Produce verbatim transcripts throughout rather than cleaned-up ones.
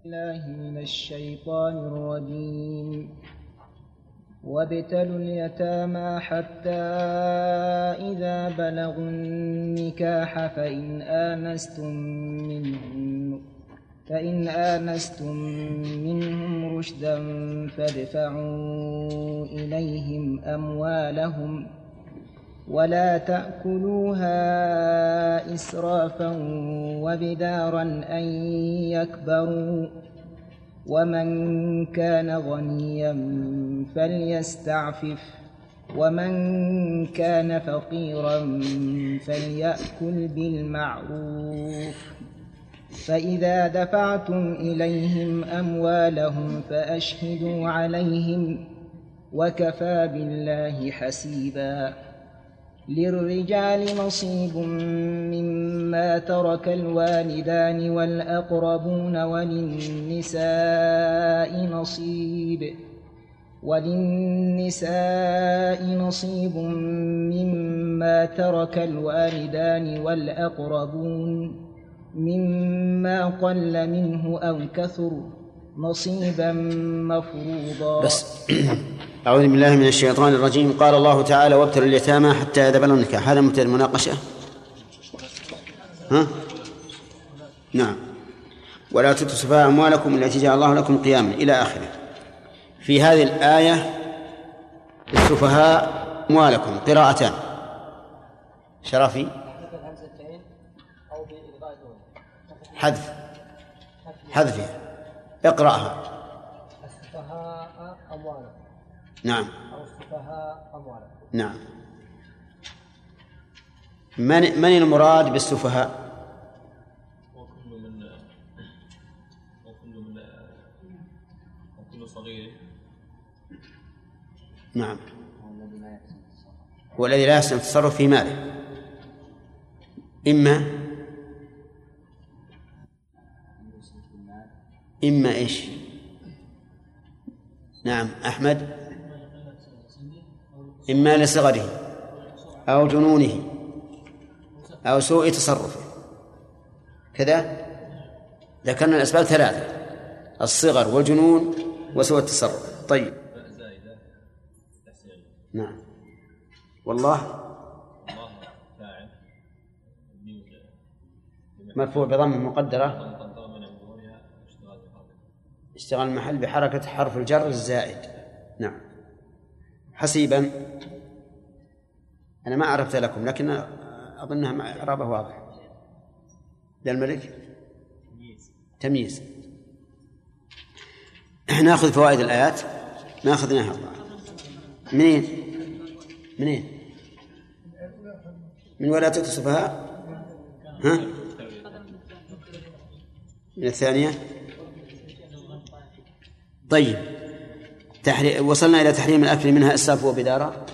الله من الشيطان الرجيم. وابتلوا اليتامى حتى إذا بلغوا النكاح فإن آنستم منهم فإن آنستم منهم رشدا فادفعوا إليهم أموالهم ولا تأكلوها إسرافا وبدارا أن يكبروا ومن كان غنيا فليستعفف ومن كان فقيرا فليأكل بالمعروف فإذا دفعتم إليهم أموالهم فأشهدوا عليهم وكفى بالله حسيبا. للرجال نصيب مما ترك الوالدان والأقربون وللنساء نصيب وللنساء نصيب مما ترك الوالدان والأقربون مما قل منه أو كثر نصيبا مفروضا. بس أعوذ بالله من الشيطان الرجيم. قال الله تعالى: وابتلوا اليتامى حتى إذا بلغوا النكاح. هذا مبتدأ المناقشة. ها؟ نعم. ولا تؤتوا السفهاء أموالكم التي جعل الله لكم قياما إلى آخره. في هذه الآية السفهاء أموالكم قراءتان. شرفي حذف حذفها اقرأها. السفهاء أموالكم. نعم. أو السفهاء أموالكم. نعم. من من المراد بالسفهاء؟ وكل من وكل من وكل صغير. نعم. هو الذي لا يحسن التصرف في ماله. إما إما إيش؟ نعم أحمد. إما لصغره أو جنونه أو سوء تصرفه. كذا ذكرنا الأسباب ثلاثة: الصغر والجنون وسوء التصرف. طيب. نعم. والله مرفوع بضم مقدرة اشتغل المحل بحركة حرف الجر الزائد. نعم. حسيبا أنا ما عرفت لكم لكن أظنها إعرابه واضح. ذا الملك تمييز. نأخذ فوائد الآيات ما أخذناها. منين منين من ولا تؤتوا السفهاء. ها من الثانية. طيب. تحري... وصلنا إلى تحريم الأكل منها إسراف وبدارة.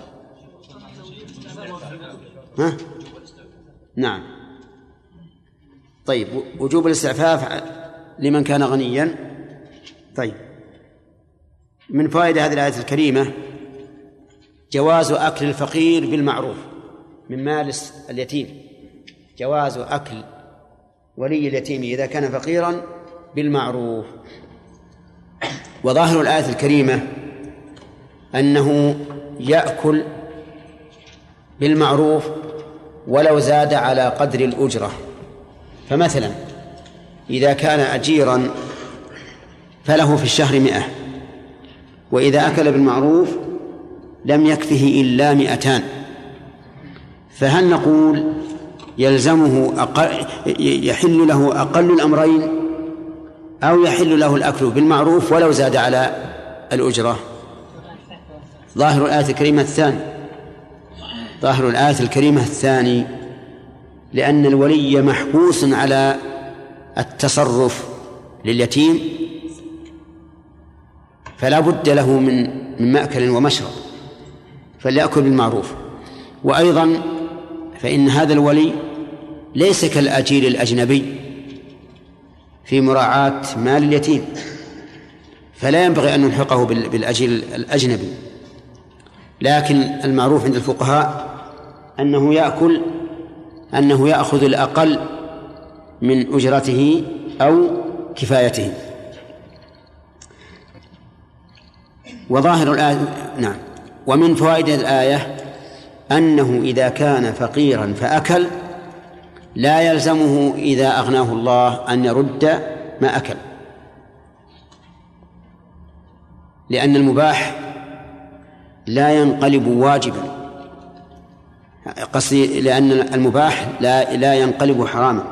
ها؟ نعم. طيب. وجوب الاستعفاف لمن كان غنيا. طيب. من فوائد هذه الآية الكريمة جواز أكل الفقير بالمعروف من مال اليتيم. جواز أكل ولي اليتيم إذا كان فقيرا بالمعروف. وظاهر الآية الكريمة أنه يأكل بالمعروف ولو زاد على قدر الأجرة. فمثلا إذا كان أجيرا فله في الشهر مئة، وإذا أكل بالمعروف لم يكفه إلا مئتان، فهل نقول يلزمه أقل يحل له أقل الأمرين أو يحل له الأكل بالمعروف ولو زاد على الأجرة؟ ظاهر الآية الكريمة الثاني ظاهر الآية الكريمة الثاني لأن الولي محبوس على التصرف لليتيم فلا بد له من من مأكل ومشرب فليأكل بالمعروف. وأيضا فإن هذا الولي ليس كالأجير الأجنبي في مراعاة مال اليتيم، فلا ينبغي أن نلحقه بالأجير الأجنبي. لكن المعروف عند الفقهاء أنه يأكل أنه يأخذ الأقل من أجرته أو كفايته. وظاهر الآية نعم. ومن فوائد الآية أنه إذا كان فقيرا فأكل لا يلزمه إذا أغناه الله أن يرد ما أكل، لأن المباح لا ينقلب واجبا، قصدي لأن المباح لا لا ينقلب حراما.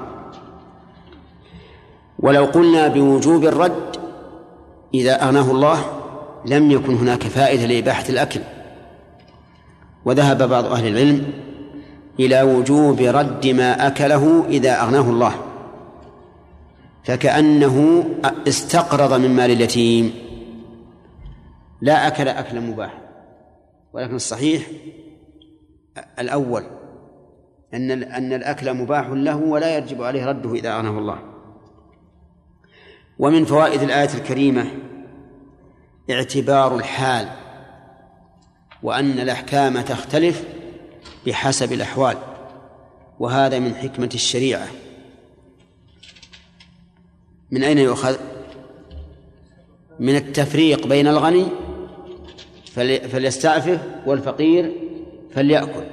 ولو قلنا بوجوب الرد إذا أغناه الله لم يكن هناك فائدة لإباحة الأكل، وذهب بعض أهل العلم إلى وجوب رد ما أكله إذا أغناه الله، فكأنه استقرض من مال اليتيم لا أكل أكلا مباح. ولكن الصحيح الأول أن أن الأكل مباح له ولا يجب عليه رده إذا أغناه الله. ومن فوائد الآية الكريمة اعتبار الحال، وأن الأحكام تختلف بحسب الأحوال، وهذا من حكمة الشريعة. من أين يؤخذ؟ من التفريق بين الغني فليستعفف والفقير فليأكل.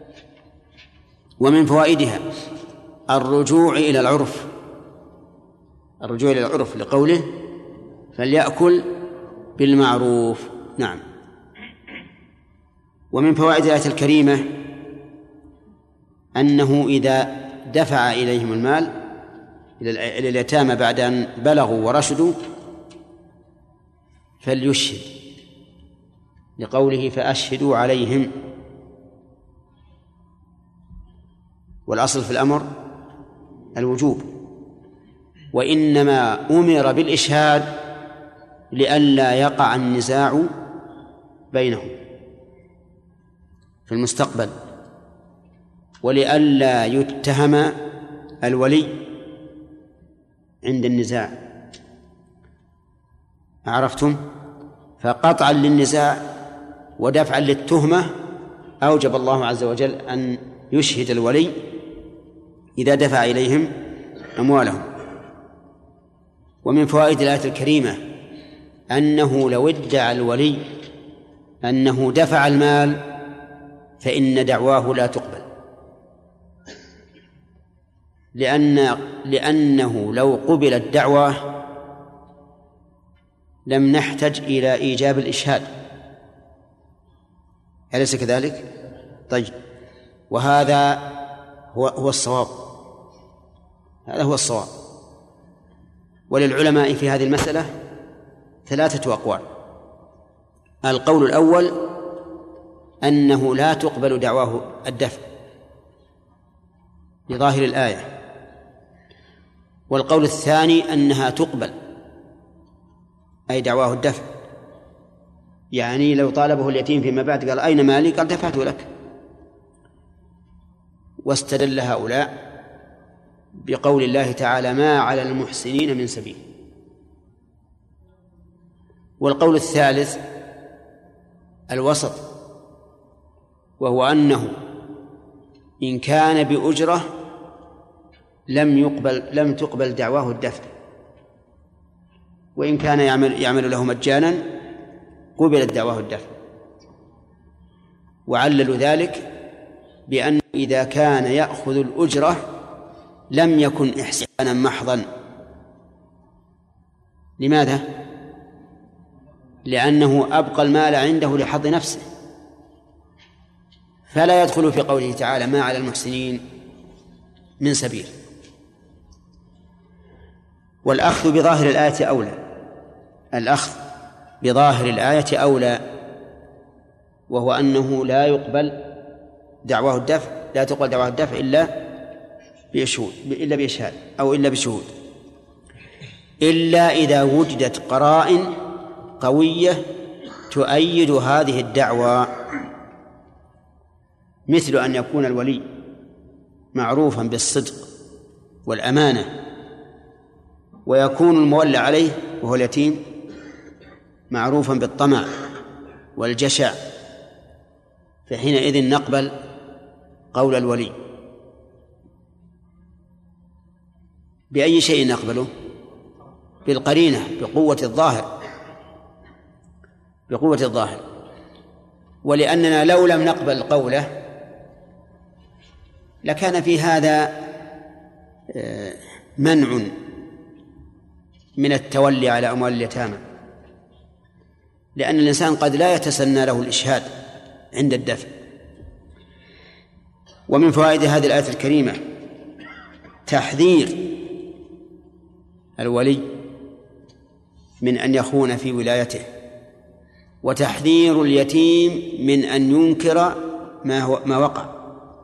ومن فوائدها الرجوع إلى العرف، الرجوع إلى العرف لقوله فليأكل بالمعروف. نعم. ومن فوائد الآية الكريمة أنه إذا دفع إليهم المال إلى اليتامى بعد أن بلغوا ورشدوا فليشهد، لقوله فأشهدوا عليهم، والأصل في الأمر الوجوب، وإنما أمر بالإشهاد لئلا يقع النزاع بينهم في المستقبل، ولئلا يتهم الولي عند النزاع. عرفتم؟ فقطعا للنزاع ودفعا للتهمة أوجب الله عز وجل أن يشهد الولي إذا دفع إليهم أموالهم. ومن فوائد الآية الكريمة أنه لو ادعى الولي أنه دفع المال فإن دعواه لا تقبل، لأن لأنه لو قبلت دعواه لم نحتج إلى إيجاب الإشهاد، أليس كذلك؟ طيب، وهذا هو هو الصواب، هذا هو الصواب. وللعلماء في هذه المسألة ثلاثة أقوال. القول الأول أنه لا تقبل دعواه الدفع لظاهر الآية، والقول الثاني أنها تقبل أي دعواه الدفع، يعني لو طالبه اليتيم فيما بعد قال أين مالي؟ قال دفعته لك. واستدل هؤلاء بقول الله تعالى ما على المحسنين من سبيل. والقول الثالث الوسط، وهو أنه إن كان بأجرة لم يقبل لم تقبل دعواه الدفع، وإن كان يعمل يعمل له مجانا قبلت دعواه الدفع. وعللوا ذلك بأن إذا كان يأخذ الأجرة لم يكن إحسانا محضا. لماذا؟ لأنه أبقى المال عنده لحظ نفسه، فلا يدخل في قوله تعالى ما على المحسنين من سبيل. والأخذ بظاهر الآية أولى، الأخذ بظاهر الآية أولى، وهو أنه لا يقبل دعواه الدفع، لا تقبل دعواه الدفع إلا بشهود إلا بإشهاد أو إلا بشهود، إلا إذا وجدت قرائن قوية تؤيد هذه الدعوة، مثل أن يكون الولي معروفا بالصدق والأمانة، ويكون المولى عليه وهو اليتيم معروفا بالطمع والجشع، فحينئذ نقبل قول الولي. بأي شيء نقبله؟ بالقرينة، بقوة الظاهر. بقوة الظاهر. ولأننا لو لم نقبل قوله لكان في هذا منع من التولي على أموال اليتامى، لأن الإنسان قد لا يتسنى له الإشهاد عند الدفع. ومن فوائد هذه الآية الكريمة تحذير الولي من أن يخون في ولايته، وتحذير اليتيم من أن ينكر ما هو ما وقع.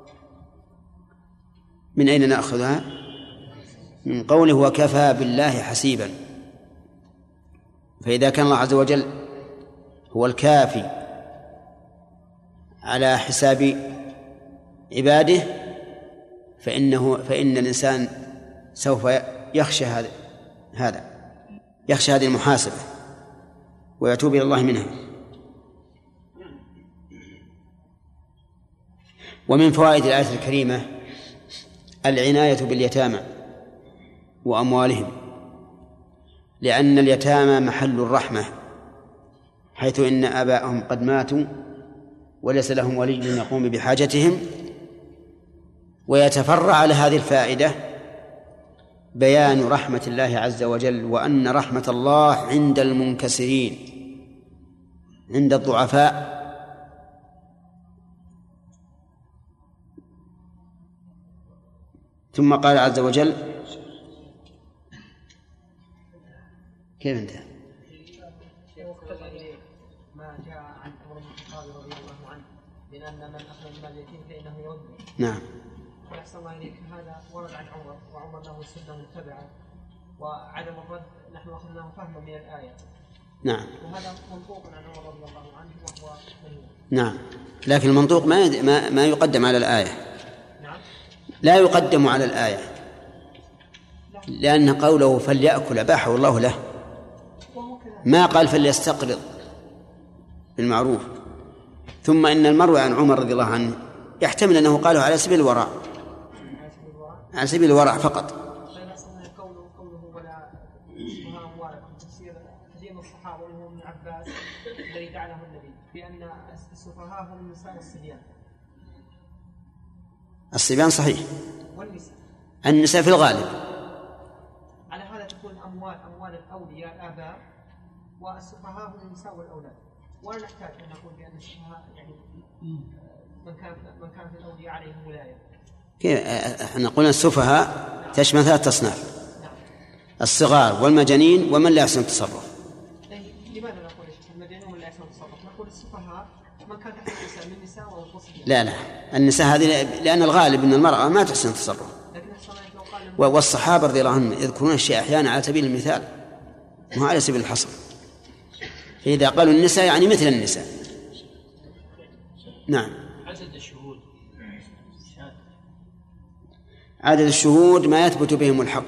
من أين نأخذها؟ من قوله وكفى بالله حسيبا. فإذا كان الله عز وجل هو الكافي على حساب عباده فإنه فإن الإنسان سوف يخشى هذا هذا يخشى هذه المحاسبة ويتوب إلى الله منها. ومن فوائد الآية الكريمة العناية باليتامى وأموالهم، لأن اليتامى محل الرحمة، حيث إن آباءهم قد ماتوا وليس لهم ولي يقوم بحاجتهم. ويتفرع على هذه الفائدة بيان رحمة الله عز وجل، وأن رحمة الله عند المنكسرين عند الضعفاء. ثم قال عز وجل كيف انتهى؟ ما جاء عن عمر بن الخطاب رضي الله عنه بأن من أخرج مال اليتيم فإنه يرد. نعم. وأحسن الله إليك هذا ورد عن عمر، وعمر له سنة متبعة، وعدم الرد نحن أخذناه فهما من الآية. نعم. وهذا منطوق عن عمر رضي الله عنه وهو منه. نعم، لكن المنطوق ما يد... ما ما يقدم على الآية. نعم. لا يقدم على الآية، لأن قوله فليأكل أباحه الله له، ما قال فليستقرض بالمعروف. ثم إن المروي عن عمر رضي الله عنه يحتمل أنه قاله على سبيل الورع، على سبيل الورع فقط. قوله قوله ولا اسمها أموالكم تفسير حديث الصحابة وهو ابن عباس الذي جعله النبي بأن السفهاء هم النساء والصبيان. الصبيان صحيح، والنساء النساء في الغالب. على هذا تكون أموال أموال الأولياء الآباء، والسفهاء هم النساء والأولاد. ولا نحتاج أن نقول بأن السفهاء يعني من كان من كان في الأولياء عليهم ولاية. كيف احنا قلنا السفهاء تشمل ثلاث أصناف: الصغار والمجانين ومن لا يحسن التصرف. لماذا نقول المجانين ومن لا يحسن التصرف؟ نقول السفهاء من كان تحت النساء من النساء والصبيان. لا لا النساء هذه لأن الغالب أن المرأة ما تحسن التصرف. والصحابة رضي الله عنهم يذكرون الشيء أحيانا على سبيل المثال مو على سبيل الحصر. فإذا قالوا النساء يعني مثل النساء. نعم. عدد الشهود عدد الشهود ما يثبت بهم الحق،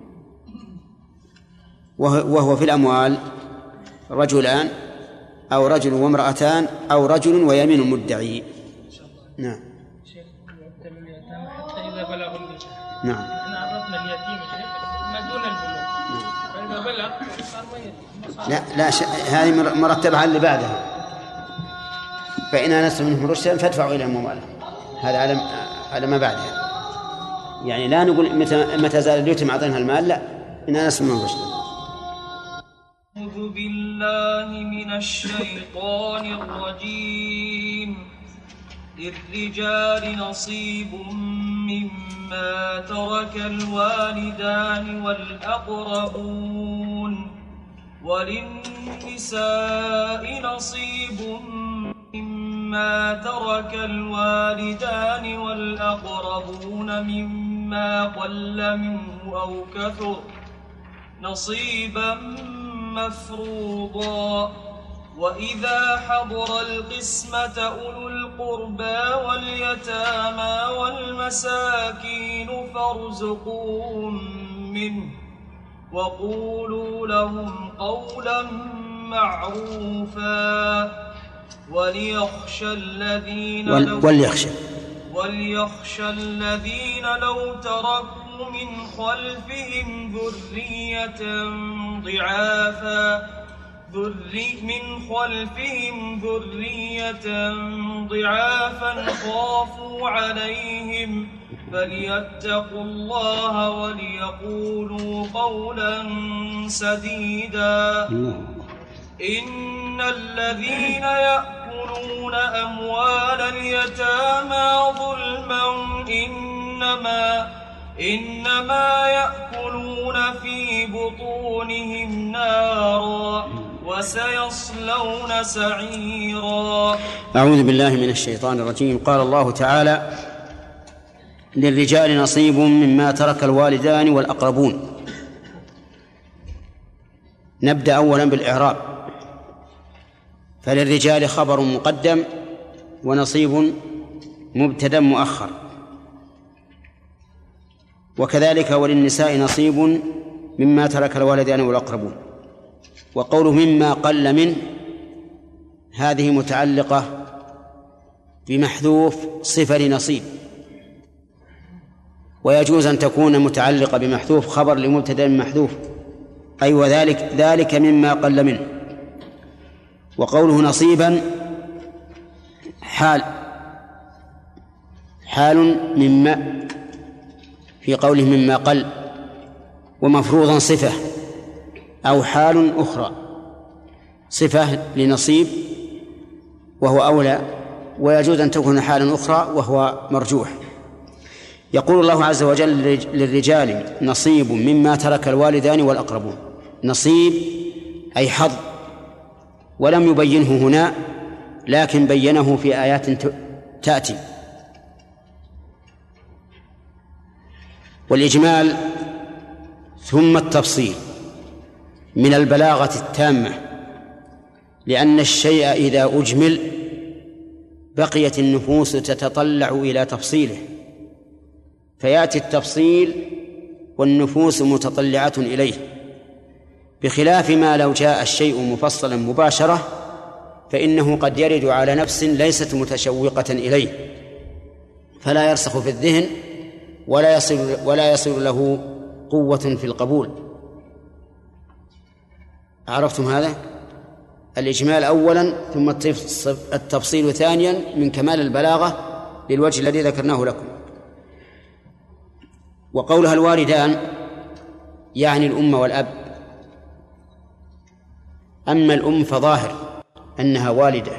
وهو في الأموال رجلان أو رجل وامرأتان أو رجل ويمين مدعي. نعم. حتى إذا بلغ البلوغ. نعم. احنا عرفنا اليتيم ما دون البلوغ. فإذا بلغ صار ميت. لا لا ش... هذه مرتبة على اللي بعدها. فإن آنستم منهم رشدا فادفعوا إليهم أموالهم. هذا على على ما بعدها. يعني لا نقول متى متى زال اليتيم أعطينها المال، لا، إن آنستم منهم رشدا. أعوذ بالله من الشيطان الرجيم. للرجال نصيب مما ترك الوالدان والأقربون وللنساء نصيب مما ترك الوالدان والأقربون مما قل منه أو كثر نصيبا مفروضا. وإذا حضر القسمة أولو القربى واليتامى والمساكين فارزقوهم منه وقولوا لهم قولا معروفا. وليخشى الذين لو وليخشى وليخشى الذين لو تركوا من خلفهم ذرية ضعافا ذري من خلفهم ذرية ضعافا خافوا عليهم فليتقوا الله وليقولوا قولا سديدا إن الذين يأكلون أموال اليتامى ظلما إنما إنما يأكلون في بطونهم نارا وسيصلون سعيرا. أعوذ بالله من الشيطان الرجيم. قال الله تعالى: للرجال نصيب مما ترك الوالدان والأقربون. نبدأ أولا بالإعراب. فللرجال خبر مقدم ونصيب مبتدأ مؤخر، وكذلك وللنساء نصيب مما ترك الوالدان والأقربون. وقوله مما قل منه هذه متعلقة بمحذوف صفة لنصيب، ويجوز أن تكون متعلقة بمحذوف خبر لمبتدأ محذوف، أي وذلك ذلك مما قل منه. وقوله نصيبا حال حال مما في قوله مما قل، ومفروضا صفة أو حال أخرى، صفة لنصيب وهو أولى، ويجوز أن تكون حالا أخرى وهو مرجوح. يقول الله عز وجل: للرجال نصيب مما ترك الوالدان والأقربون. نصيب أي حظ، ولم يبينه هنا لكن بينه في آيات تأتي. والإجمال ثم التفصيل من البلاغة التامة، لأن الشيء إذا أجمل بقيت النفوس تتطلع إلى تفصيله، فيأتي التفصيل والنفوس متطلعة إليه، بخلاف ما لو جاء الشيء مفصلا مباشرة فإنه قد يرد على نفس ليست متشوقة إليه فلا يرسخ في الذهن ولا يصل ولا يصل له قوة في القبول. عرفتم هذا؟ الإجمال أولا ثم التفصيل ثانيا من كمال البلاغة للوجه الذي ذكرناه لكم. وقولها الوالدان يعني الأم والأب. أما الأم فظاهر أنها والدة،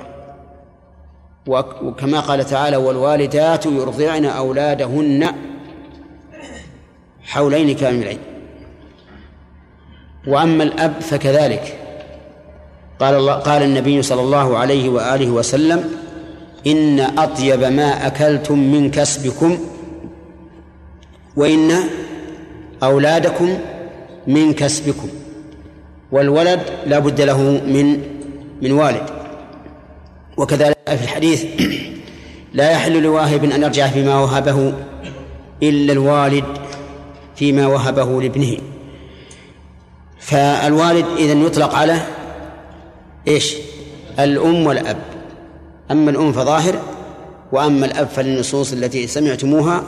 وكما قال تعالى: والوالدات يرضعن أولادهن حولين كاملين. وأما الأب فكذلك، قال الله قال النبي صلى الله عليه وآله وسلم: إن أطيب ما أكلتم من كسبكم وإن أولادكم من كسبكم. والولد لا بد له من من والد. وكذلك في الحديث: لا يحل لواهب أن يرجع فيما وهبه إلا الوالد فيما وهبه لابنه. فالوالد إذن يطلق على إيش؟ الأم والأب. أما الأم فظاهر، وأما الأب فالنصوص التي سمعتموها.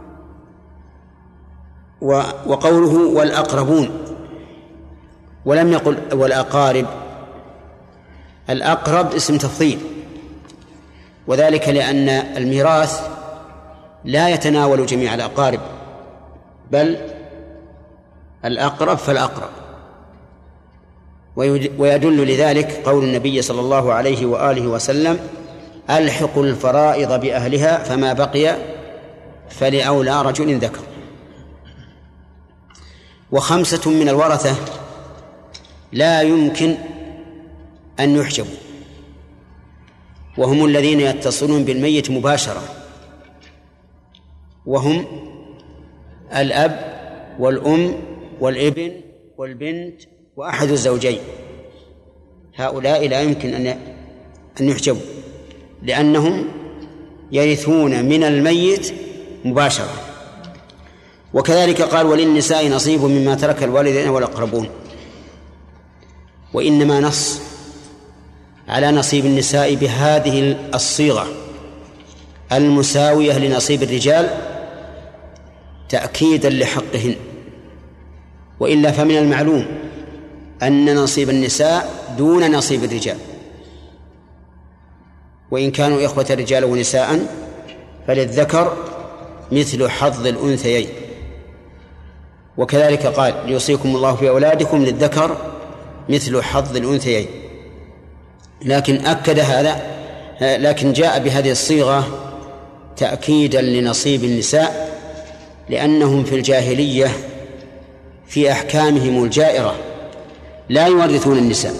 وقوله والأقربون، ولم يقل والأقارب. الأقرب اسم تفضيل، وذلك لأن الميراث لا يتناول جميع الأقارب، بل الأقرب فالأقرب. ويدل لذلك قول النبي صلى الله عليه وآله وسلم: ألحقوا الفرائض بأهلها فما بقي فلأولى رجل ذكر. وخمسة من الورثة لا يمكن أن يحجبوا، وهم الذين يتصلون بالميت مباشرة، وهم الأب والأم والابن والبنت وأحد الزوجين. هؤلاء لا يمكن أن أن يحجبوا، لأنهم يرثون من الميت مباشرة. وكذلك قال: وللنساء نصيب مما ترك الوالدين والأقربون. وإنما نص على نصيب النساء بهذه الصيغة المساوية لنصيب الرجال تأكيدا لحقهن، وإلا فمن المعلوم أن نصيب النساء دون نصيب الرجال، وإن كانوا إخوة رجال ونساء فللذكر مثل حظ الأنثيين. وكذلك قال ليوصيكم الله في أولادكم للذكر مثل حظ الأنثيين، لكن أكد هذا، لكن جاء بهذه الصيغة تأكيدا لنصيب النساء، لأنهم في الجاهلية في أحكامهم الجائرة لا يورثون النساء،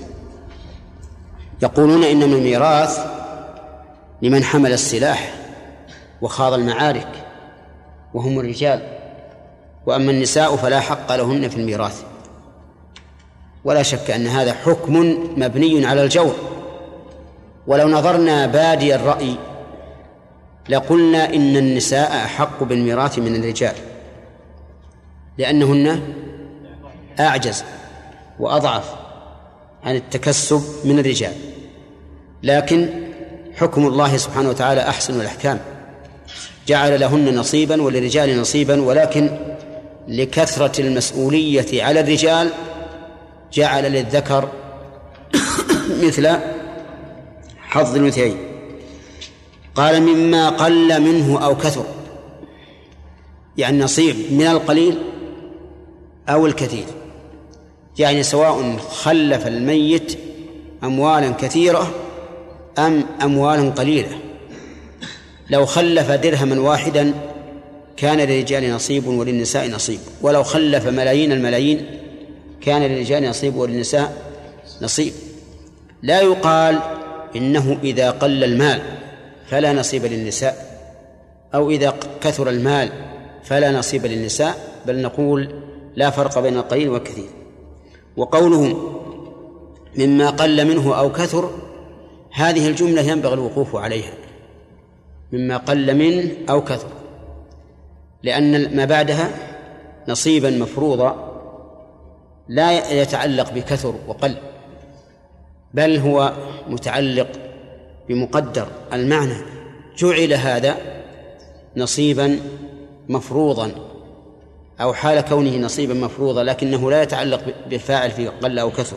يقولون إنما الميراث لمن حمل السلاح وخاض المعارك وهم الرجال، وأما النساء فلا حق لهن في الميراث. ولا شك أن هذا حكم مبني على الجور. ولو نظرنا بادي الرأي لقلنا إن النساء أحق بالميراث من الرجال، لأنهن أعجز وأضعف عن التكسب من الرجال، لكن حكم الله سبحانه وتعالى أحسن الأحكام، جعل لهن نصيبا وللرجال نصيبا، ولكن لكثرة المسؤولية على الرجال جعل للذكر مثل حظ الأنثيين. قال مما قل منه أو كثر، يعني نصيب من القليل أو الكثير، يعني سواء خلف الميت أموالا كثيرة أم أموالا قليلة. لو خلف درهما واحدا كان للرجال نصيب وللنساء نصيب، ولو خلف ملايين الملايين كان للرجال نصيب وللنساء نصيب. لا يقال إنه إذا قل المال فلا نصيب للنساء، أو إذا كثر المال فلا نصيب للنساء، بل نقول لا فرق بين القليل والكثير. وقوله مما قل منه أو كثر، هذه الجملة ينبغي الوقوف عليها، مما قل منه أو كثر، لأن ما بعدها نصيبا مفروضا لا يتعلق بكثر وقل، بل هو متعلق بمقدر. المعنى جعل هذا نصيبا مفروضا أو حال كونه نصيبا مفروضا، لكنه لا يتعلق بالفاعل في قل أو كثر.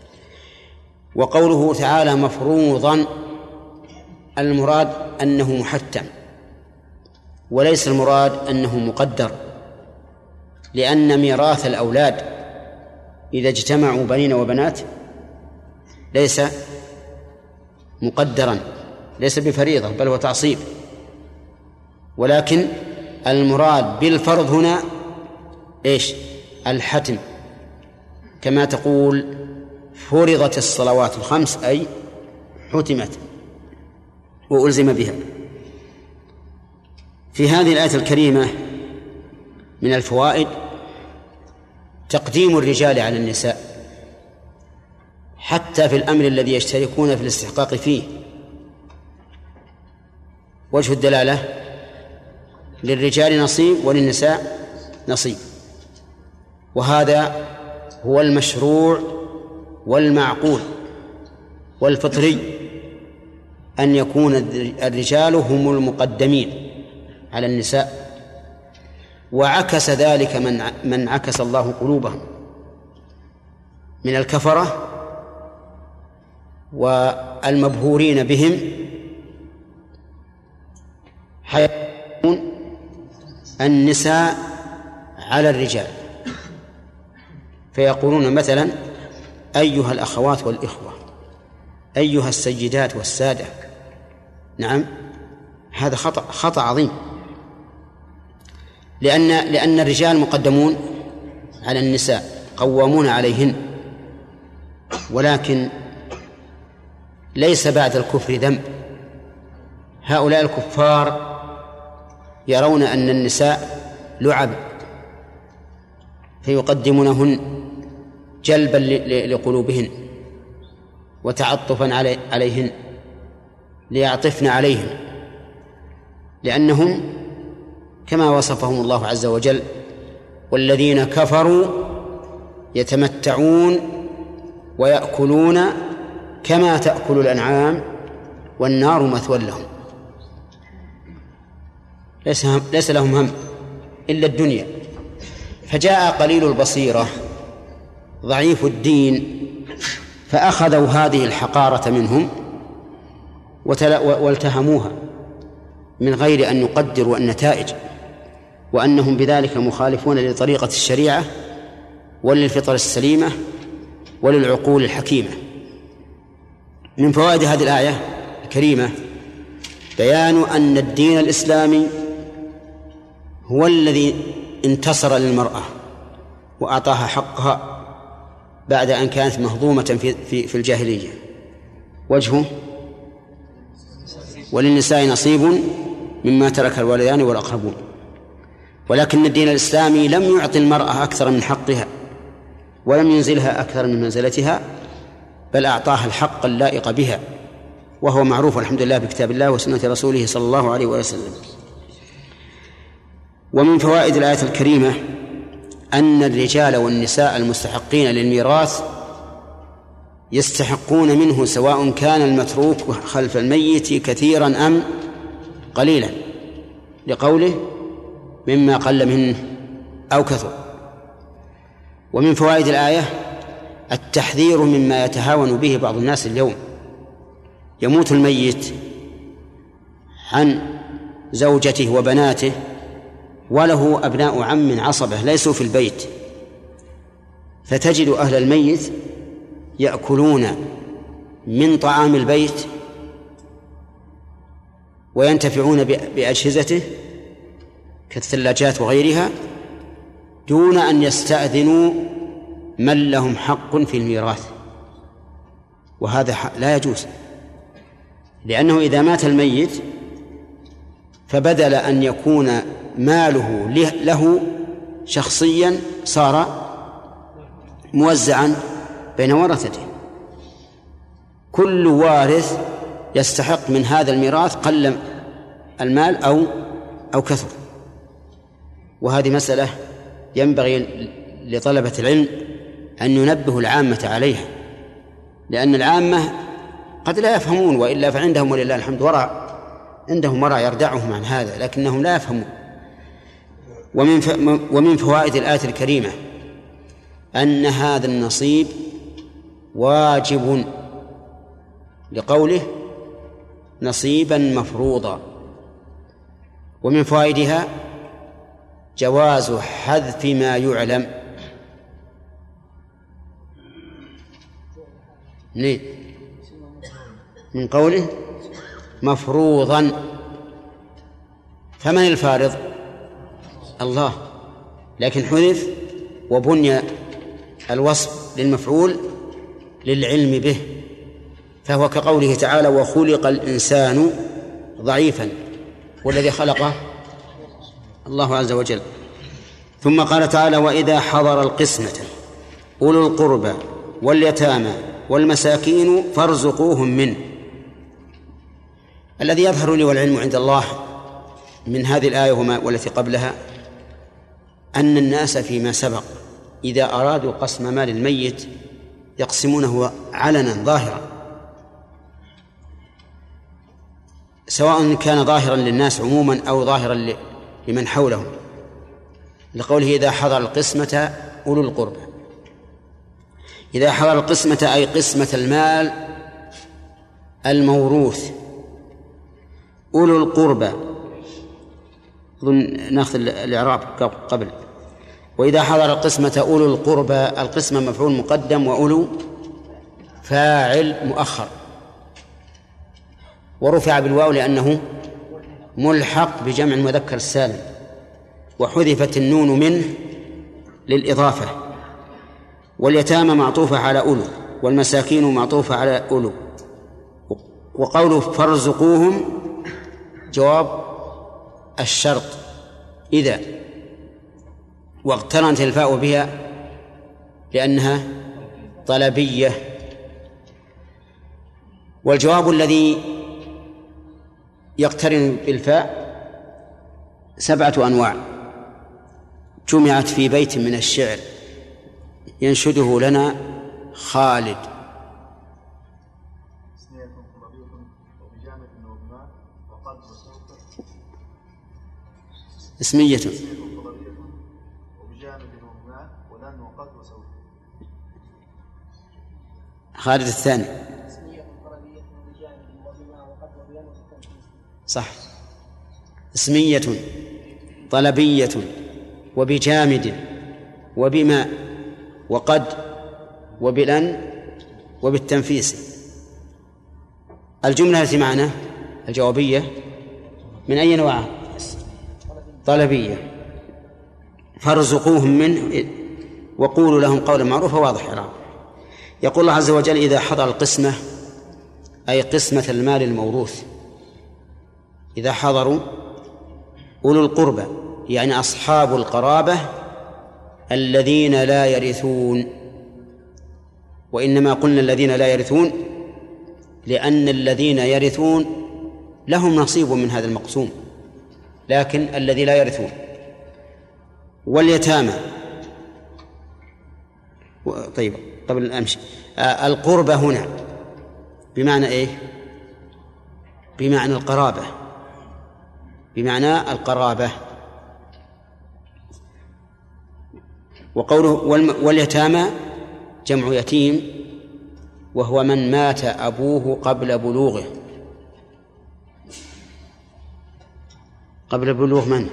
وقوله تعالى مفروضا، المراد أنه محتم، وليس المراد أنه مقدر، لأن ميراث الأولاد إذا اجتمعوا بنين وبنات ليس مقدرا، ليس بفريضة، بل هو تعصيب. ولكن المراد بالفرض هنا إيش؟ الحتم، كما تقول فرضت الصلوات الخمس، أي حتمت وألزم بها. في هذه الآية الكريمة من الفوائد تقديم الرجال على النساء حتى في الأمر الذي يشتركون في الاستحقاق فيه. وجه الدلالة للرجال نصيب وللنساء نصيب، وهذا هو المشروع والمعقول والفطري، أن يكون الرجال هم المقدمين على النساء. وعكس ذلك من من عكس الله قلوبهم من الكفرة والمبهورين بهم، حيكون النساء على الرجال، فيقولون مثلا أيها الأخوات والإخوة، أيها السيدات والسادة. نعم، هذا خطأ خطأ عظيم، لأن لأن الرجال مقدمون على النساء قوامون عليهن، ولكن ليس بعد الكفر ذنب. هؤلاء الكفار يرون أن النساء لعب فيقدمونهن جلبا لقلوبهن وتعطفا عليهن ليعطفن عليهن، لأنهم كما وصفهم الله عز وجل والذين كفروا يتمتعون ويأكلون كما تأكل الأنعام والنار مثوى لهم. ليس, هم ليس لهم هم إلا الدنيا. فجاء قليل البصيرة ضعيف الدين، فأخذوا هذه الحقارة منهم والتهموها من غير أن يقدروا النتائج، وأنهم بذلك مخالفون لطريقة الشريعة وللفطر السليمة وللعقول الحكيمة. من فوائد هذه الآية الكريمة بيان أن الدين الإسلامي هو الذي انتصر للمرأة وأعطاها حقها بعد أن كانت مهضومة في, في, في الجاهلية. وجهه: وللنساء نصيب مما ترك الوالدان والأقربون. ولكن الدين الإسلامي لم يعطي المرأة أكثر من حقها ولم ينزلها أكثر من منزلتها، بل أعطاها الحق اللائق بها، وهو معروف الحمد لله بكتاب الله وسنة رسوله صلى الله عليه وسلم. ومن فوائد الآية الكريمة أن الرجال والنساء المستحقين للميراث يستحقون منه سواء كان المتروك خلف الميت كثيرا أم قليلا، لقوله: مما قل منه أو كثر. ومن فوائد الآية التحذير مما يتهاون به بعض الناس اليوم. يموت الميت عن زوجته وبناته وله أبناء عم عصبة ليسوا في البيت، فتجد أهل الميت يأكلون من طعام البيت وينتفعون بأجهزته كالثلاجات وغيرها دون أن يستأذنوا من لهم حق في الميراث، وهذا لا يجوز، لأنه إذا مات الميت فبدل أن يكون ماله له شخصيا صار موزعا بين ورثته، كل وارث يستحق من هذا الميراث قل المال أو أو كثر. وهذه مسألة ينبغي لطلبة العلم أن ينبهوا العامة عليها، لأن العامة قد لا يفهمون، وإلا فعندهم ولله الحمد ورع، عندهم ورع يردعهم عن هذا، لكنهم لا يفهمون. ومن ومن فوائد الآية الكريمة أن هذا النصيب واجب، لقوله: نصيبا مفروضا. ومن فوائدها جواز حذف ما يعلم. ليه؟ من قوله مفروضا، فمن الفارض؟ الله، لكن حذف وبني الوصف للمفعول للعلم به، فهو كقوله تعالى: وخلق الإنسان ضعيفا، والذي خلقه الله عز وجل. ثم قال تعالى: وإذا حضر القسمة أولو القربى واليتامى والمساكين فارزقوهم منه. الذي يظهر لي والعلم عند الله من هذه الآية وما والتي قبلها أن الناس فيما سبق إذا أرادوا قسم مال الميت يقسمونه علنا ظاهرا، سواء كان ظاهرا للناس عموما أو ظاهرا لمن حولهم، لقوله: إذا حضر القسمة أولو القربى. إذا حضر القسمة أي قسمة المال الموروث. أولو القربى أظن نأخذ الإعراب قبل. وإذا حضر القسمة أولو القربى، القسمة مفعول مقدم وأولو فاعل مؤخر، ورفع بالواو لأنه ملحق بجمع المذكر السالم، وحذفت النون منه للإضافة. واليتامى معطوفة على أولو، والمساكين معطوفة على أولو. وقوله فارزقوهم جواب الشرط إذا، واقترنت الفاء بها لأنها طلبية. والجواب الذي يقترن بالفاء سبعة أنواع جمعت في بيت من الشعر ينشده لنا خالد: اسمية خالد الثاني صح. اسمية طلبية وبجامد وبما وقد وبلن وبالتنفيس. الجملة التي معنا الجوابية من أي نوع؟ طلبية. فارزقوهم منه وقولوا لهم قولا معروفا. واضح إعراب. يقول الله عز وجل إذا حضر القسمة أي قسمة المال الموروث، إذا حضروا أولو القربى يعني أصحاب القرابة الذين لا يرثون. وإنما قلنا الذين لا يرثون لأن الذين يرثون لهم نصيب من هذا المقسوم، لكن الذي لا يرثون. واليتامى طيب قبل أمشي آه القربة هنا بمعنى إيه؟ بمعنى القرابة، بمعنى القرابة. وقوله واليتامى جمع يتيم، وهو من مات أبوه قبل بلوغه. قبل بلوغ من؟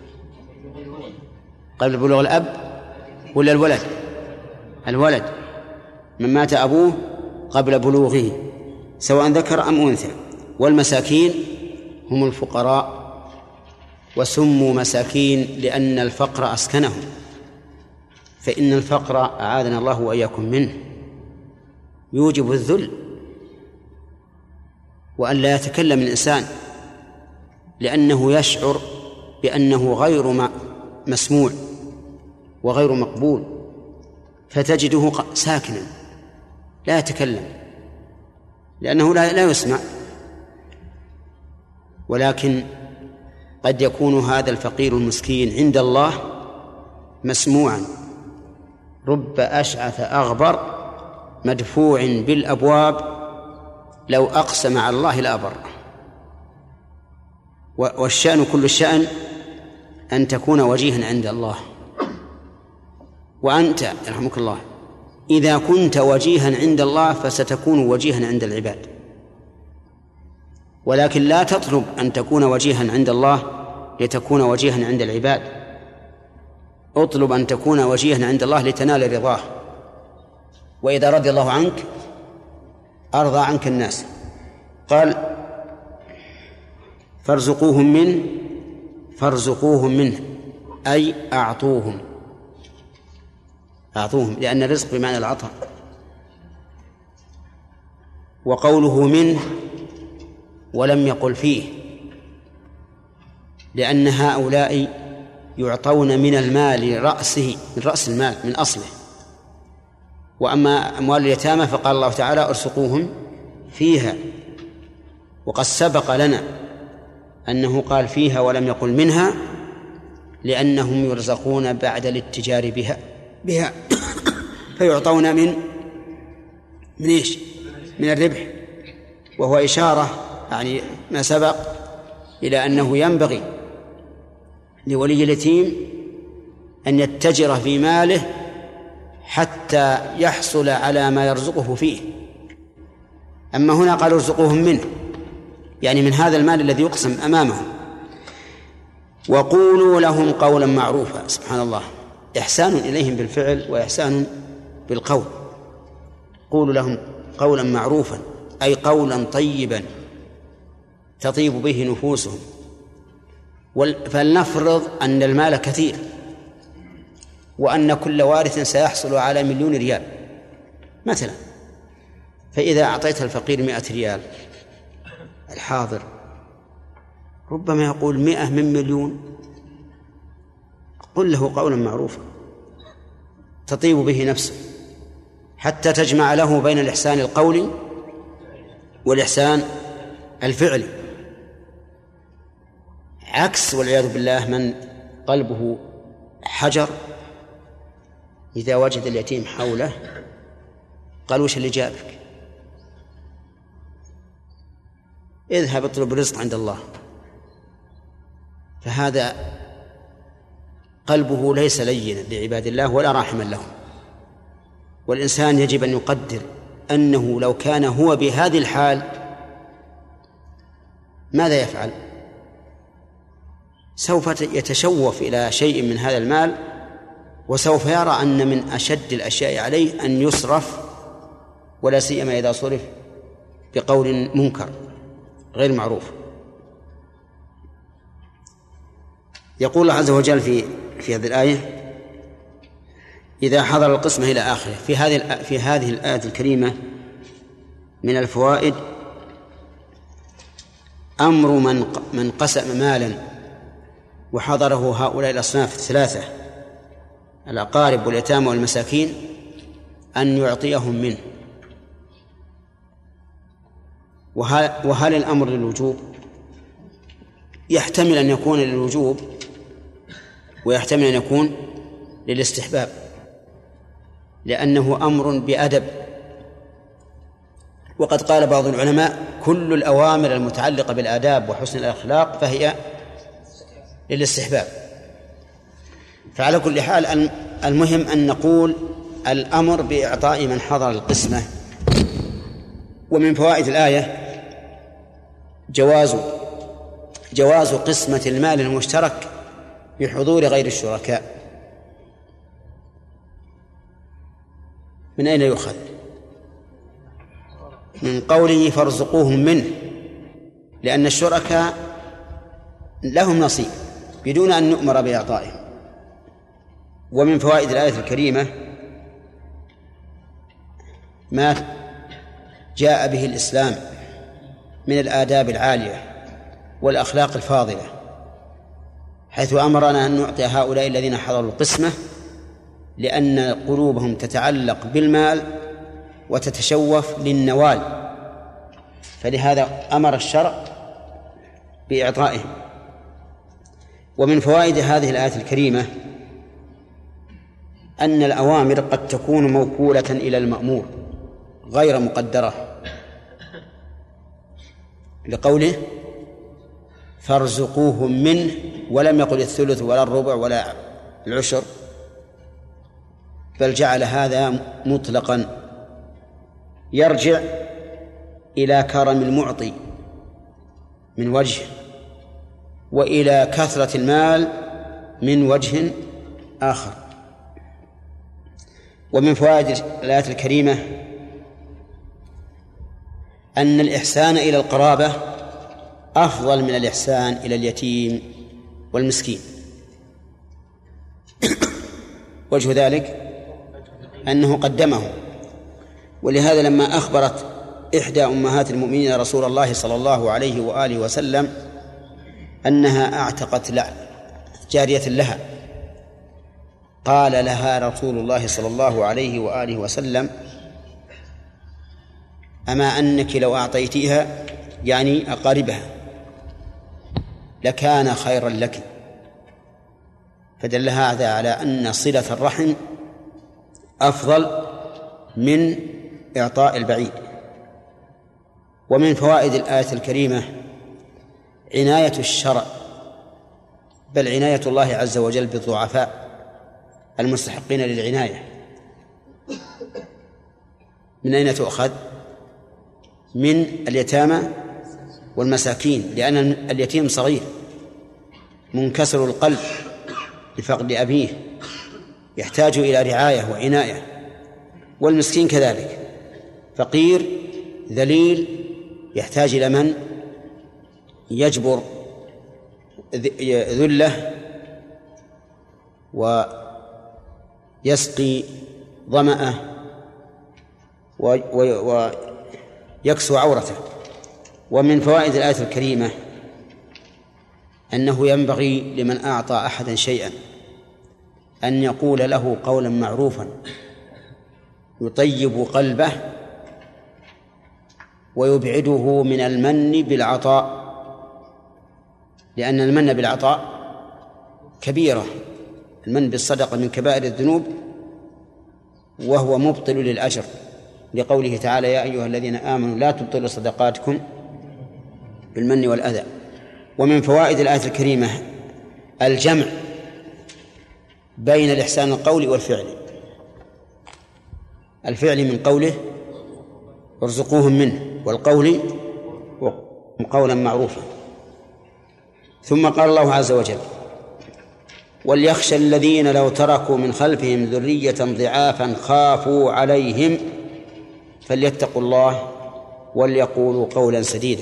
قبل بلوغ الأب ولا الولد؟ الولد من مات أبوه قبل بلوغه سواء ذكر أم أنثى. والمساكين هم الفقراء، وسموا مساكين لأن الفقر أسكنهم، فإن الفقر أعاذنا الله وإياكم منه يوجب الذل، وأن لا يتكلم الإنسان لأنه يشعر بأنه غير مسموع وغير مقبول، فتجده ساكنا لا يتكلم لأنه لا يسمع. ولكن قد يكون هذا الفقير المسكين عند الله مسموعا، رب أشعث أغبر مدفوع بالأبواب لو أقسم على الله لأبر. والشأن كل الشأن أن تكون وجيها عند الله. وأنت يرحمك الله إذا كنت وجيها عند الله فستكون وجيها عند العباد، ولكن لا تطلب أن تكون وجيها عند الله لتكون وجيها عند العباد، اطلب أن تكون وجيها عند الله لتنال رضاه. وإذا رضي الله عنك أرضى عنك الناس. قال فارزقوهم منه، فارزقوهم منه أي أعطوهم، أعطوهم لأن الرزق بمعنى العطاء. وقوله منه ولم يقل فيه، لأن هؤلاء يعطون من المال رأسه، من رأس المال من أصله. وأما أموال اليتامى فقال الله تعالى ارزقوهم فيها. وقد سبق لنا أنه قال فيها ولم يقل منها لأنهم يرزقون بعد الاتجار بها بها فيعطون من من إيش؟ من الربح. وهو إشارة يعني ما سبق إلى أنه ينبغي لولي اليتيم أن يتجر في ماله حتى يحصل على ما يرزقه فيه. أما هنا قال ارزقوهم منه يعني من هذا المال الذي يقسم أمامهم. وقولوا لهم قولا معروفا. سبحان الله، إحسان إليهم بالفعل وإحسان بالقول. قولوا لهم قولا معروفا أي قولا طيبا تطيب به نفوسهم. فلنفرض أن المال كثير وأن كل وارث سيحصل على مليون ريال مثلا، فإذا أعطيت الفقير مئة ريال الحاضر ربما يقول مئة من مليون. قل له قولا معروفا تطيب به نفسه حتى تجمع له بين الإحسان القولي والإحسان الفعلي، عكس والعياذ بالله من قلبه حجر إذا وجد اليتيم حوله قال وش اللي جابك؟ اذهب اطلب الرزق عند الله. فهذا قلبه ليس لينا لعباد الله ولا راحما لهم. والإنسان يجب أن يقدر أنه لو كان هو بهذه الحال ماذا يفعل؟ سوف يتشوف إلى شيء من هذا المال، وسوف يرى أن من أشد الأشياء عليه أن يصرف، ولا سيما إذا صرف بقول منكر غير معروف. يقول الله عز وجل في في هذه الآية: إذا حضر القسمة إلى آخره. في هذه في هذه الآية الكريمة من الفوائد أمر من من قسم مالا وحضره هؤلاء الأصناف الثلاثة، الأقارب واليتامى والمساكين، أن يعطيهم منه. وهل الأمر للوجوب؟ يحتمل أن يكون للوجوب ويحتمل أن يكون للاستحباب، لأنه أمر بأدب. وقد قال بعض العلماء: كل الأوامر المتعلقة بالآداب وحسن الأخلاق فهي للاستحباب. فعلى كل حال المهم أن نقول الأمر بإعطاء من حضر القسمة. ومن فوائد الآية جواز جواز قسمة المال المشترك بحضور غير الشركاء. من أين يؤخذ؟ من قوله فارزقوهم منه، لأن الشركاء لهم نصيب بدون أن نؤمر بإعطائهم. ومن فوائد الآية الكريمة ما جاء به الإسلام من الآداب العالية والأخلاق الفاضلة، حيث أمرنا أن نعطي هؤلاء الذين حضروا القسمة، لأن قلوبهم تتعلق بالمال وتتشوف للنوال، فلهذا أمر الشرع بإعطائهم. ومن فوائد هذه الآية الكريمة أن الأوامر قد تكون موكولة إلى المأمور غير مقدرة، لقوله فارزقوهم منه، ولم يقل الثلث ولا الربع ولا العشر، بل جعل هذا مطلقا يرجع إلى كرم المعطي من وجه، وإلى كثرة المال من وجه آخر. ومن فوائد الآية الكريمة أن الإحسان إلى القرابة أفضل من الإحسان إلى اليتيم والمسكين. وجه ذلك أنه قدمه، ولهذا لما أخبرت إحدى أمهات المؤمنين رسول الله صلى الله عليه وآله وسلم أنها أعتقت جارية لها، قال لها رسول الله صلى الله عليه وآله وسلم: أما أنك لو أعطيتيها يعني أقاربها لكان خيرا لك. فدل هذا على أن صلة الرحم أفضل من إعطاء البعيد. ومن فوائد الآية الكريمة عناية الشرع، بل عناية الله عز وجل بالضعفاء المستحقين للعناية. من أين تؤخذ؟ من اليتامى والمساكين، لأن اليتيم صغير منكسر القلب بفقد أبيه، يحتاج إلى رعاية وعناية، والمسكين كذلك فقير ذليل يحتاج إلى من يجبر ذله ويسقي ظمأه ويكسو عورته. ومن فوائد الآية الكريمة أنه ينبغي لمن أعطى أحدا شيئا أن يقول له قولا معروفا يطيب قلبه ويبعده من المن بالعطاء، لأن المن بالعطاء كبيرة، المن بالصدقة من كبائر الذنوب وهو مبطل للأجر، لقوله تعالى: يا أيها الذين آمنوا لا تبطلوا صدقاتكم بالمن والأذى. ومن فوائد الآية الكريمة الجمع بين الإحسان القولي والفعلي، الفعل من قوله ارزقوهم منه والقول قولا معروفا. ثم قال الله عز وجل وليخشى الذين لو تركوا من خلفهم ذرية ضعافا خافوا عليهم فليتقوا الله وليقولوا قولا سديدا.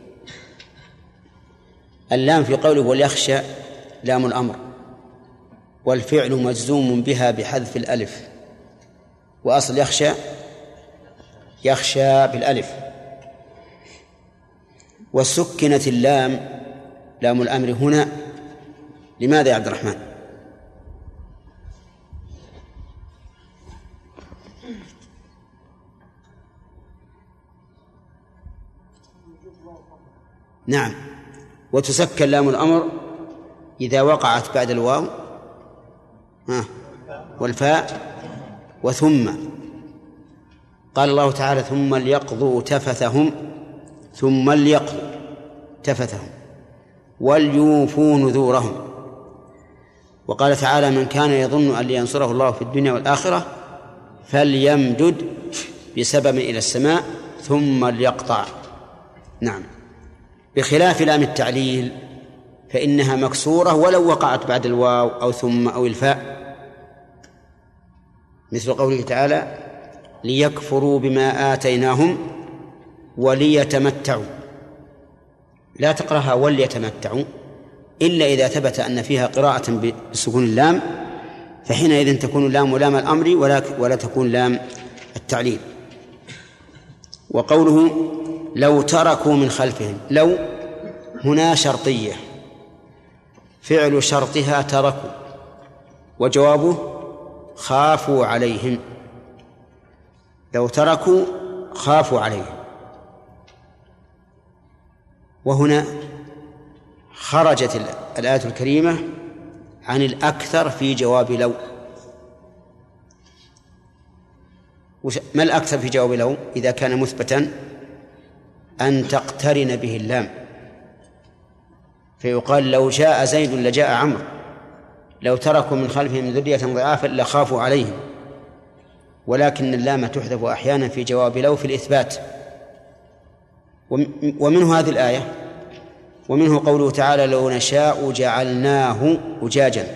اللام في قوله وليخشى لام الأمر، والفعل مجزوم بها بحذف الألف، وأصل يخشى يخشى بالألف. وسكنت اللام لام الأمر هنا لماذا يا عبد الرحمن؟ نعم، وتسكن لام الأمر إذا وقعت بعد الواو ها والفاء وثم. قال الله تعالى ثم ليقضوا تفثهم، ثم ليقضوا تفثهم وليوفوا نذورهم. وقال تعالى من كان يظن أن ينصره الله في الدنيا والآخرة فليمدد بسبب إلى السماء ثم ليقطع. نعم، بخلاف لام التعليل فإنها مكسورة ولو وقعت بعد الواو أو ثم أو الفاء، مثل قوله تعالى ليكفروا بما آتيناهم وليتمتعوا. لا تقرأها وليتمتعوا إلا إذا ثبت أن فيها قراءة بسكون اللام، فحينئذ تكون اللام لام الأمر ولا, ولا تكون لام التعليل. وقوله لو تركوا من خلفهم، لو هنا شرطية فعل شرطها تركوا، وجوابه خافوا عليهم. لو تركوا خافوا عليهم. وهنا خرجت الآية الكريمة عن الأكثر في جواب لو. ما الأكثر في جواب لو إذا كان مثبتا؟ أن تقترن به اللام، فيقال لو جاء زيد لجاء عمرو، لو تركوا من خلفهم ذرية ضعافا لخافوا عليهم. ولكن اللام تحذف أحيانا في جواب لو في الإثبات. ومنه هذه الآية، ومنه قوله تعالى لو نشاء جعلناه أجاجا.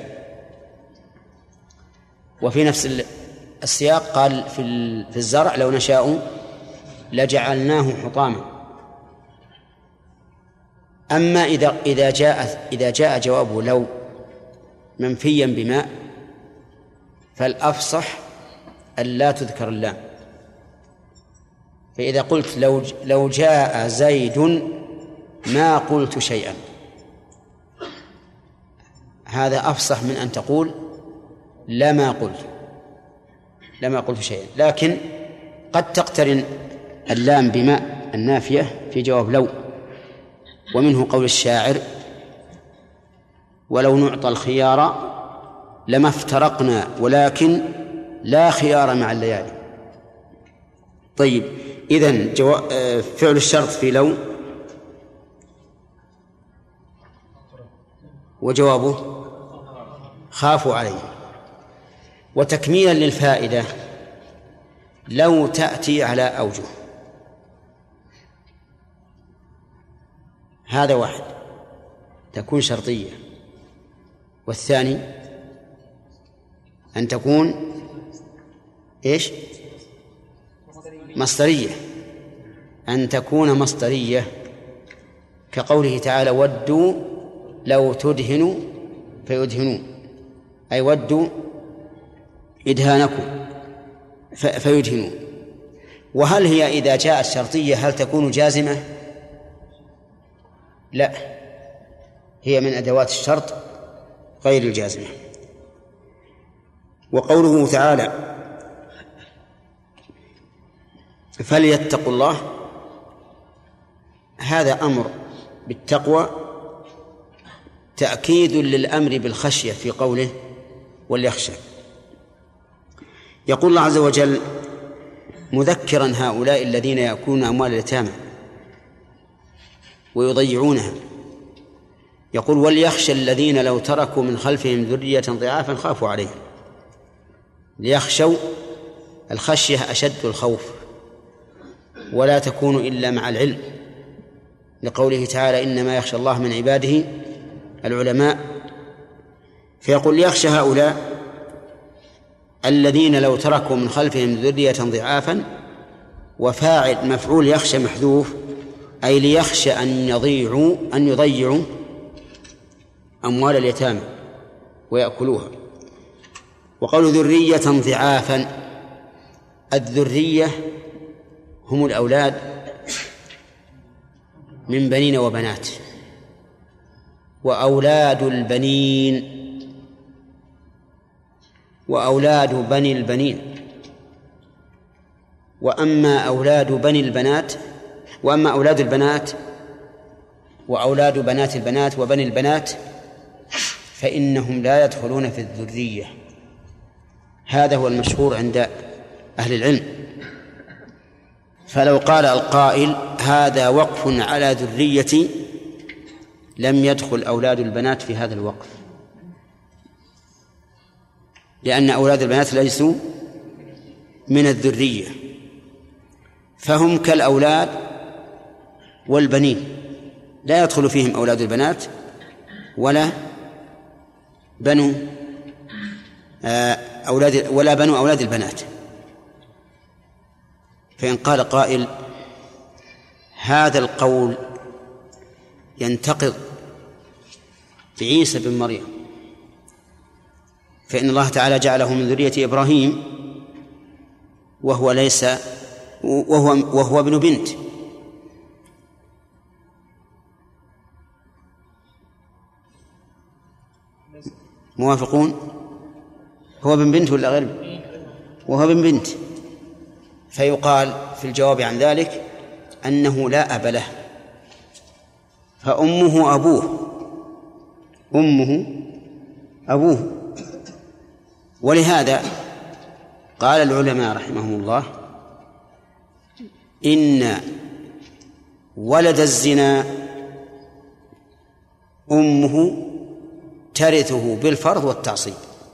وفي نفس السياق قال في الزرع لو نشاء لجعلناه حطاما. أما إذا إذا جاء إذا جاء جوابه لو منفيا بماء فالأفصح أن لا تذكر اللام. فإذا قلت لو لو جاء زيد ما قلت شيئا، هذا أفصح من أن تقول لما قلت لما قلت شيئا. لكن قد تقترن اللام بماء النافية في جواب لو. ومنه قول الشاعر ولو نعطى الخيار لما افترقنا ولكن لا خيار مع الليالي. طيب، إذن جو... فعل الشرط في لو وجوابه خافوا عليه. وتكميلا للفائدة لو تأتي على أوجه، هذا واحد تكون شرطية، والثاني أن تكون إيش؟ مصدرية. أن تكون مصدرية كقوله تعالى ودوا لو تدهنوا فيدهنون، أي ودوا إدهانكم فيدهنون. وهل هي إذا جاءت شرطية هل تكون جازمة؟ لا، هي من أدوات الشرط غير الجازمة. وقوله تعالى فليتقوا الله، هذا أمر بالتقوى تأكيد للأمر بالخشية في قوله وليخشى. يقول الله عز وجل مذكرا هؤلاء الذين يأكلون أموال اليتامى ويضيعونها، يقول وليخشى الذين لو تركوا من خلفهم ذرية ضعافا خافوا عليهم. ليخشوا، الخشية أشد الخوف، ولا تكون إلا مع العلم، لقوله تعالى إنما يخشى الله من عباده العلماء. فيقول يخشى هؤلاء الذين لو تركوا من خلفهم ذرية ضعافا، وفاعل مفعول يخشى محذوف، أي ليخشى أن يضيعوا أن يضيعوا أموال اليتامى ويأكلوها. وقالوا ذرية ضعافا، الذرية هم الأولاد من بنين وبنات، وأولاد البنين وأولاد بني البنين. وأما أولاد بني البنات وأما أولاد البنات وأولاد بنات البنات وبني البنات فإنهم لا يدخلون في الذرية. هذا هو المشهور عند أهل العلم. فلو قال القائل هذا وقف على ذرية، لم يدخل أولاد البنات في هذا الوقف، لأن أولاد البنات ليسوا من الذرية، فهم كالأولاد والبنين، لا يدخل فيهم أولاد البنات ولا بنو أولاد ولا بنو أولاد البنات. فإن قال قائل هذا القول ينتقض بعيسى بن مريم، فإن الله تعالى جعله من ذرية إبراهيم وهو ليس وهو وهو ابن بنت، موافقون؟ هو ابن بنت ولا غير؟ وهو ابن بنت. فيقال في الجواب عن ذلك أنه لا أب له، فأمه أبوه أمه أبوه. ولهذا قال العلماء رحمهم الله إن ولد الزنا أمه ترثه بالفرض والتعصيب،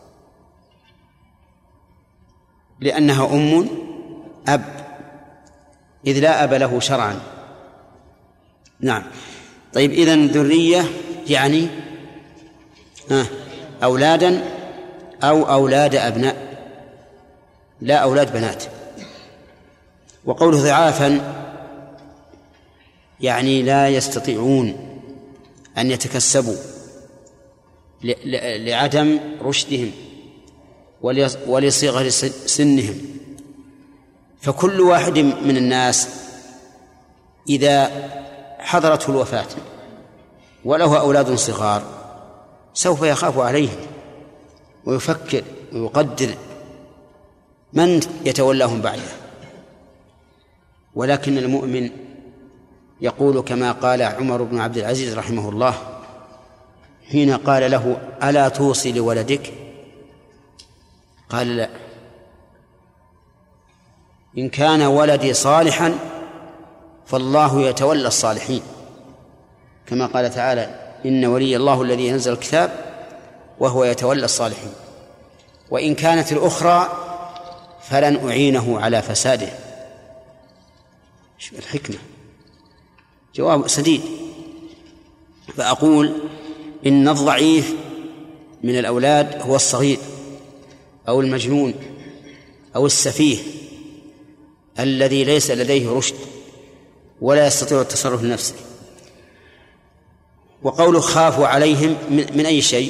لأنها أم أب، إذ لا أب له شرعا. نعم. طيب، إذن ذرية يعني أولادا أو أولاد أبناء، لا أولاد بنات. وقوله ضعافا يعني لا يستطيعون أن يتكسبوا لعدم رشدهم ولصغر سنهم. فكل واحد من الناس إذا حضرته الوفاة وله أولاد صغار سوف يخاف عليهم ويفكر ويقدر من يتولاهم بعده. ولكن المؤمن يقول كما قال عمر بن عبد العزيز رحمه الله حين قال له ألا توصي لولدك؟ قال لا، إن كان ولدي صالحا فالله يتولى الصالحين، كما قال تعالى إن ولي الله الذي ينزل الكتاب وهو يتولى الصالحين. وإن كانت الأخرى فلن أعينه على فساده. شو الحكمة؟ جواب سديد. فأقول إن الضعيف من الأولاد هو الصغير أو المجنون أو السفيه الذي ليس لديه رشد ولا يستطيع التصرف لنفسه. وقوله خافوا عليهم من أي شيء؟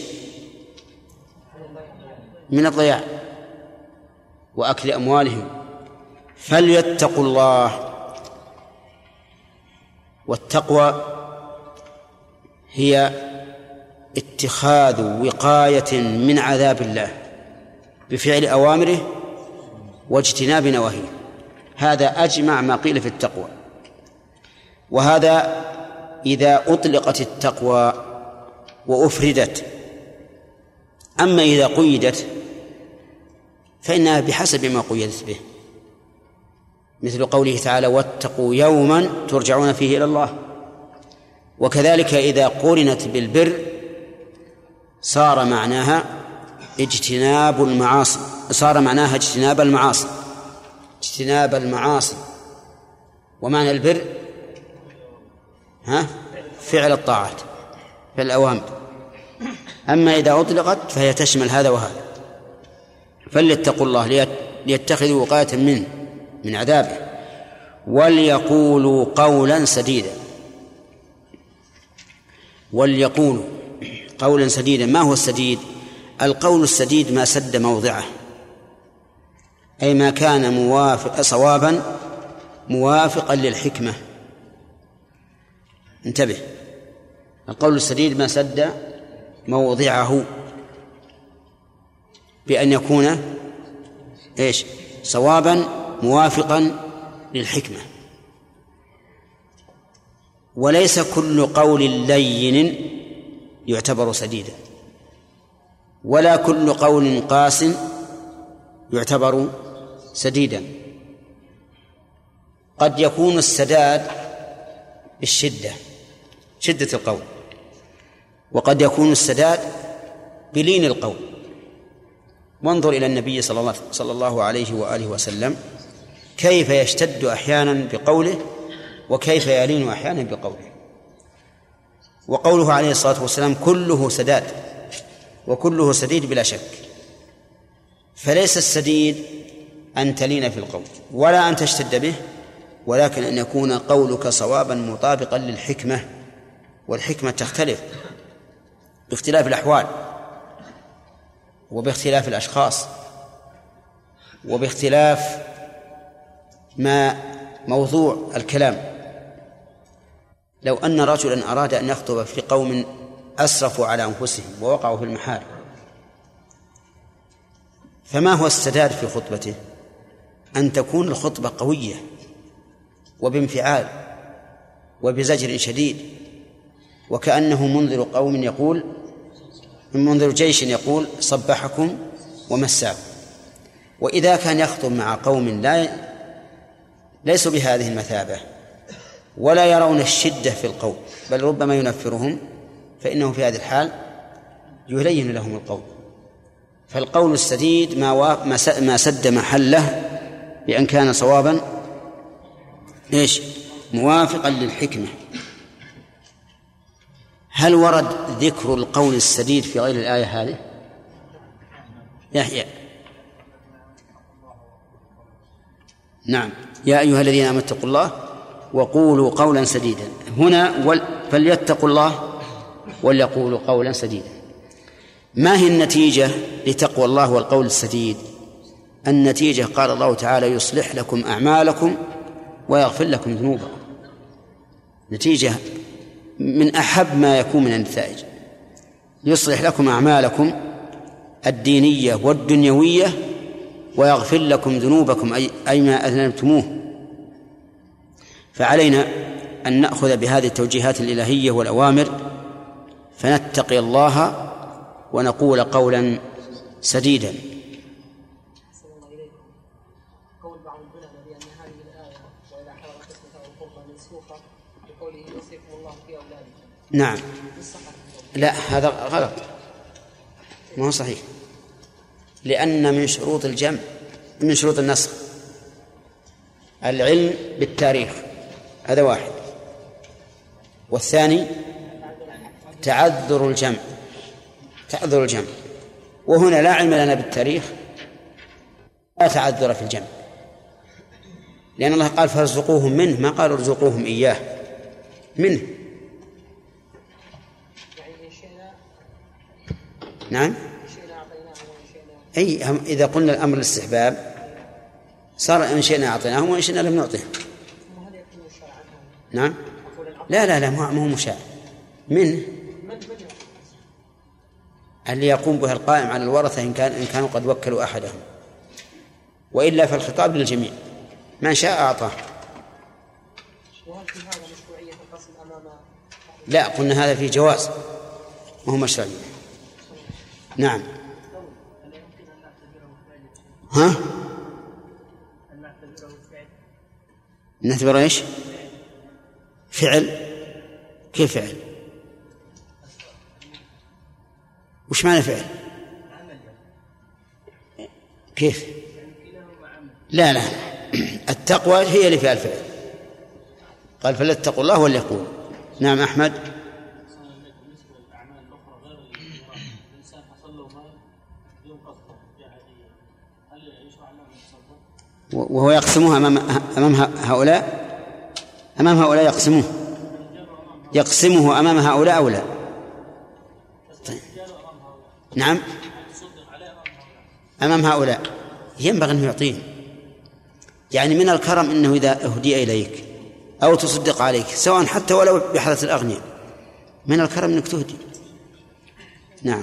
من الضياع وأكل أموالهم. فليتقوا الله. والتقوى هي اتخاذ وقاية من عذاب الله بفعل أوامره واجتناب نواهيه. هذا أجمع ما قيل في التقوى. وهذا إذا أطلقت التقوى وأفردت. أما إذا قيدت فإنها بحسب ما قيدت به، مثل قوله تعالى واتقوا يوما ترجعون فيه إلى الله. وكذلك إذا قرنت بالبر صار معناها اجتناب المعاصي، صار معناها اجتناب المعاصي اجتناب المعاصي ومعنى البر ها فعل الطاعات فعل الأوامر. أما إذا أطلقت فهي تشمل هذا وهذا. فليتقوا الله ليتخذوا وقاية منه من عذابه وليقولوا قولا سديدا. وليقولوا قولا سديدا. ما هو السديد؟ القول السديد ما سد موضعه، أي ما كان موافق صوابا موافقا للحكمة. انتبه، القول السديد ما سد موضعه بأن يكون إيش صوابا موافقا للحكمة. وليس كل قول لين يعتبر سديدا، ولا كل قول قاس يعتبر سديدا. قد يكون السداد بالشدة، شدة القول، وقد يكون السداد بلين القول. وانظر إلى النبي صلى الله عليه وآله وسلم كيف يشتد أحيانا بقوله وكيف يلين أحيانا بقوله. وقوله عليه الصلاة والسلام كله سداد وكله سديد بلا شك. فليس السديد أن تلين في القول ولا أن تشتد به، ولكن أن يكون قولك صوابا مطابقا للحكمة. والحكمة تختلف باختلاف الأحوال وباختلاف الأشخاص وباختلاف ما موضوع الكلام. لو أن رجلا أراد أن يخطب في قوم أسرفوا على أنفسهم ووقعوا في المحارم، فما هو السداد في خطبته؟ أن تكون الخطبة قوية وبانفعال وبزجر شديد، وكأنه منذر قوم يقول منذر جيش يقول صبحكم ومساكم. وإذا كان يخطب مع قوم لا ليسوا بهذه المثابة ولا يرون الشدة في القول بل ربما ينفرهم، فإنه في هذه الحال يلين لهم القول. فالقول السديد ما ما سد محله بأن كان صوابا إيش موافقا للحكمة. هل ورد ذكر القول السديد في غير الآية هذه؟ يحيى نعم. يا أيها الذين آمنوا اتقوا الله وقولوا قولا سديدا. هنا ول... فليتقوا الله وليقولوا قولا سديدا. ما هي النتيجة لتقوى الله والقول السديد؟ النتيجة قال الله تعالى يصلح لكم أعمالكم ويغفر لكم ذنوبكم. نتيجة من أحب ما يكون من النتائج. يصلح لكم أعمالكم الدينية والدنيوية ويغفر لكم ذنوبكم أي, أي ما أذنبتموه. فعلينا أن نأخذ بهذه التوجيهات الإلهية والأوامر فنتقي الله ونقول قولا سديدا. قول بعض العلماء بأن هذه الآية وإذا حضر قسمة أو القربة منسوخة بقوله يوصيكم الله في أولادكم. نعم. لا هذا غلط، ما هو صحيح، لأن من شروط الجمع من شروط النسخ العلم بالتاريخ، هذا واحد، والثاني تعذر الجمع تعذر الجمع وهنا لا علم لنا بالتاريخ لا تعذر في الجمع، لأن الله قال فارزقوهم منه، ما قال ارزقوهم إياه منه. نعم. أي إذا قلنا الأمر الاستحباب صار إن شئنا أعطيناهم وإن شئنا لم نعطيهم. نعم. لا لا لا ما هو مشاع منه اللي يقوم به القائم على الورثة إن كان إن كانوا قد وكلوا أحدهم، وإلا فالخطاب للجميع من شاء أعطاه. لا قلنا هذا فيه جواز وهو مشروعية. نعم. ها؟ نعتبره إيش؟ فعل. كيف فعل؟ وش معنى فعل؟ كيف؟ لا لا التقوى هي اللي فيها الفعل قال فليتقوا الله وليقول. نعم أحمد. وهو يقسموها أمام أمام هؤلاء أمام هؤلاء يقسموه يقسمه أمام هؤلاء أو لا؟ طيب. نعم أمام هؤلاء ينبغي أن يعطيه، يعني من الكرم أنه إذا أهدي إليك أو تصدق عليك سواء حتى ولو بحالة الأغنياء من الكرم أنك تهدي. نعم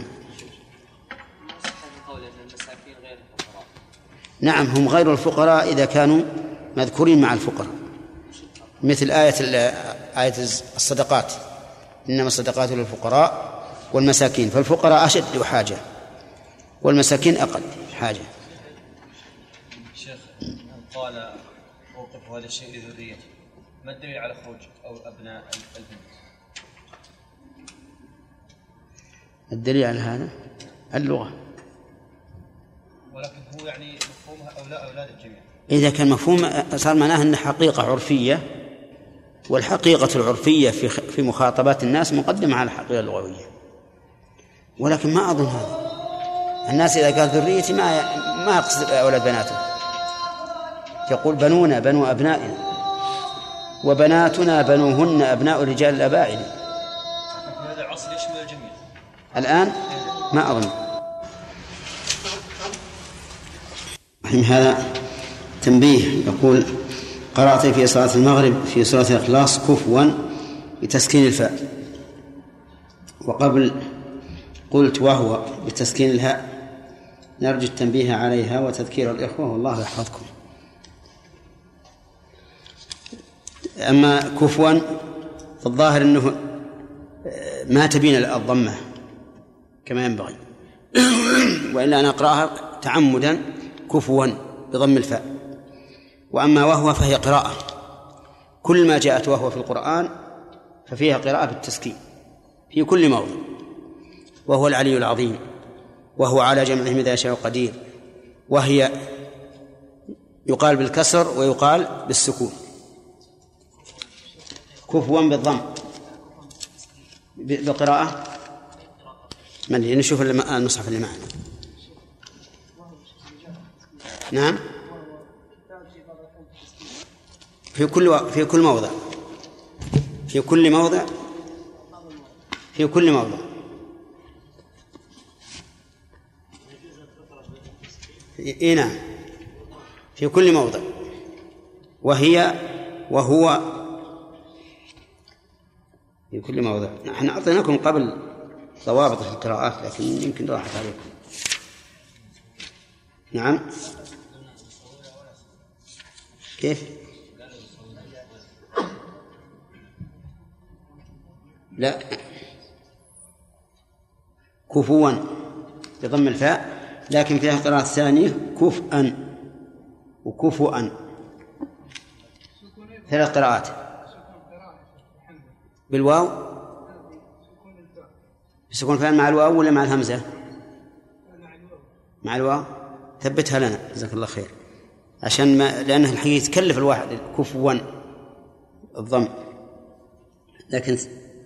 نعم هم غير الفقراء إذا كانوا مذكورين مع الفقراء، مثل آية آية الصدقات إنما الصدقات للفقراء والمساكين، فالفقراء أشد حاجة والمساكين أقل حاجة. شيخ قال أوقف هذا الشيء لذريته، ما الدليل على خروج أو أبناء البنت؟ الدليل على هذا اللغة، ولكن هو يعني مفهومها أولاء أولاد الجميع. إذا كان مفهوم صار معناه أن حقيقة عرفية، والحقيقة العرفية في في مخاطبات الناس مقدمة على الحقيقة اللغوية، ولكن ما أظن هذا. الناس إذا قال ذريتي ما ما يقصد أولاد بناته، يقول بنونا بنو أبنائنا وبناتنا بنوهن أبناء الرجال الأباعد. هذا العصر يشمل الجميع الآن ما أظن. هذا تنبيه، يقول قرأت في صلاة المغرب في سورة الإخلاص كفوا بتسكين الفاء، وقبل قلت وهو بتسكين الهاء، نرجو التنبيه عليها وتذكير الإخوة والله يحفظكم. أما كفوا فالظاهر أنه ما تبين الضمة كما ينبغي، وإلا أنا أقرأها تعمدا كفوا بضم الفاء. وأما وهو فهي قراءة، كل ما جاءت وهو في القرآن ففيها قراءة بالتسكين في كل موضع. وهو العلي العظيم، وهو على جمعهم إذا شاء قدير، وهي يقال بالكسر ويقال بالسكون. كفوا بالضم بالقراءة. من نشوف المصحف اللي معنا. نعم في كل في كل موضع في كل موضع في كل موضع إيه نعم في كل موضع. وهي وهو في كل موضع. نحن أعطيناكم قبل ضوابط في القراءات لكن يمكن راحت عليكم. نعم كيف؟ لا كفوا بضم الفاء، لكن فيها قراءة ثانية كفءا وكفؤا، ثلاث قراءات بالواو بسكون الفاء مع الواو ولا مع الهمزة؟ مع الواو. ثبتها لنا جزاك الله خير، عشان ما لأنه الحقيقة يتكلف الواحد كفوا الضم، لكن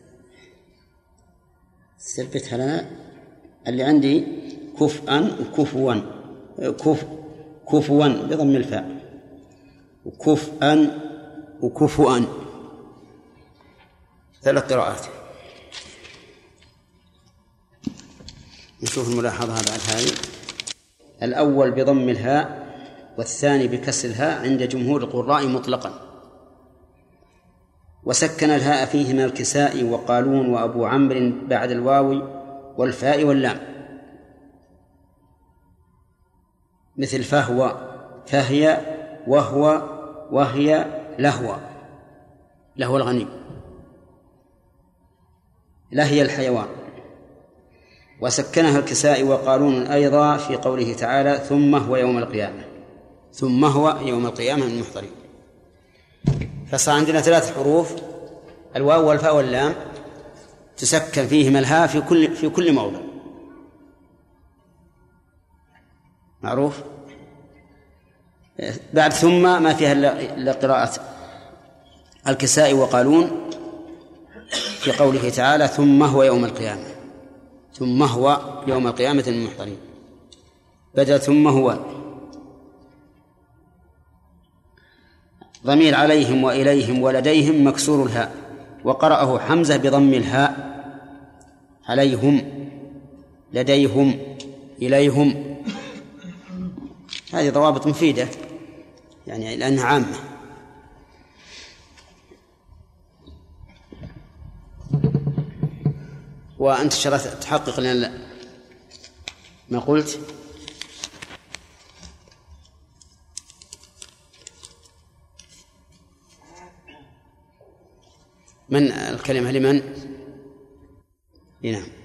ثبتها لنا. اللي عندي كفءا وكفوا كف كفوا بضم الفاء وكفءا وكفوا، ثلاث قراءات. نشوف الملاحظة بعد هذه. الأول بضم الهاء والثاني بكسر الهاء عند جمهور القراء مطلقا، وسكن الهاء فيهما الكسائي وقالون وأبو عمرو بعد الواو والفاء واللام، مثل فهو فهي وهو وهي لهو لهو الغني لهي الحيوان. وسكنها الكسائي وقالون أيضا في قوله تعالى ثم هو يوم القيامة، ثم هو يوم القيامة من المحضرين. فصار عندنا ثلاث حروف الواو والفاء واللام تسكن فيهما الهاء في كل في كل موضع معروف. بعد ثم ما فيها إلا قراءة الكسائي وقالون في قوله تعالى ثم هو يوم القيامة، ثم هو يوم القيامة من المحضرين، بدل ثم هو. ضمير عليهم وإليهم ولديهم مكسور الهاء، وقرأه حمزة بضم الهاء، عليهم لديهم إليهم. هذه ضوابط مفيدة يعني لأنها عامة. وأنت شرط تحقق لنا ما قلت. من الكلمة لمن؟ نعم.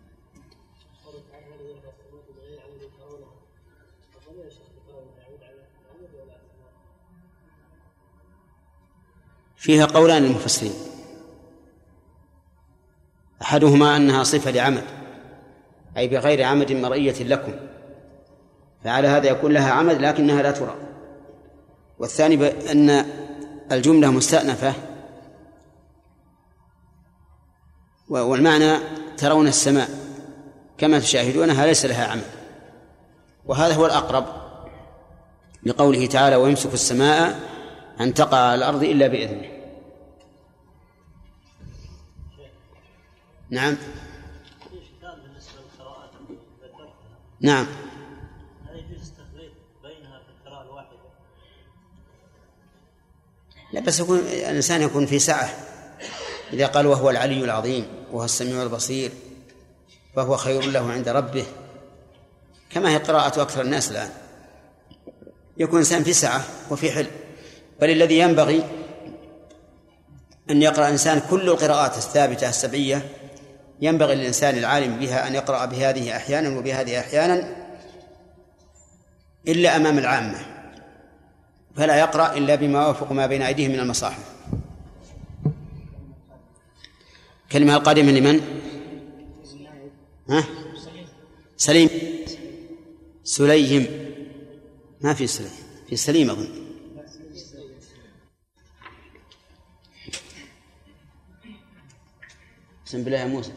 فيها قولان للمفسرين، أحدهما أنها صفة لعمد، أي بغير عمد مرئية لكم، فعلى هذا يكون لها عمد لكنها لا ترى. والثاني بأن الجملة مستأنفة، والمعنى ترون السماء كما تشاهدونها ليس لها عمد، وهذا هو الأقرب لقوله تعالى ويمسك السماء أن تقع على الأرض إلا بإذنه. نعم نعم. هل يجوز التفريق بينها في القراءة الواحدة؟ لا، بس يكون الإنسان يكون في سعة. إذا قال وهو العلي العظيم وهو السميع البصير فهو خير له عند ربه، كما هي قراءة أكثر الناس الآن، يكون إنسان في سعة وفي حل. بل الذي ينبغي أن يقرأ إنسان كل القراءات الثابتة السبعية، ينبغي للإنسان العالم بها أن يقرأ بهذه أحيانا وبهذه أحيانا، إلا أمام العامة، فلا يقرأ إلا بما وافق ما بين أيديهم من المصاحف. كلمة القادمة لمن؟ ها؟ سليم. سليم. ما في سليم، في سليم أظن. بسم الله يا موسى.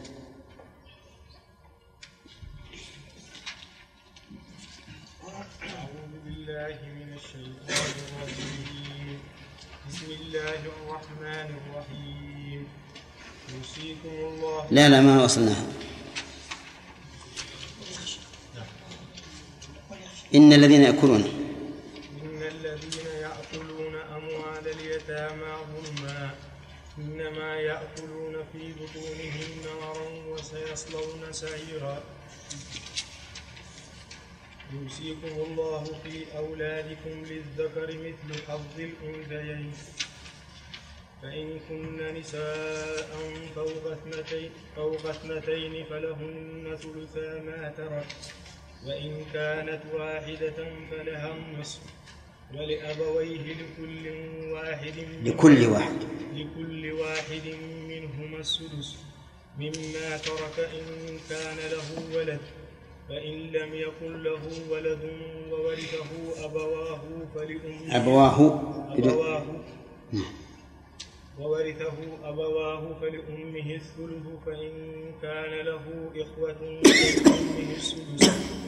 أعوذ بالله من الشيطان الرجيم. بسم الله الرحمن الرحيم. يوصيكم الله. لا لا ما وصلناها. إن الذين يأكلون إن الذين يأكلون أموال اليتامى ظلما إنما يأكلون في بطونهم نارا وسيصلون سعيرا. يوصيكم الله في أولادكم للذكر مثل حظ الأنثيين، فإن كن نساء فوق اثنتين, فوق اثنتين فلهن ثلثا ما ترك، وإن كانت واحدة فلها النصف، ولأبويه لكل واحد لكل واحد لكل واحد منهما السدس مما ترك إن كان له ولد، فإن لم يكن له ولد وورثه أبواه فلأمه أبواه أبواه وورثه أبواه فلأمه الثلث، فإن كان له إخوة فلأمه السدس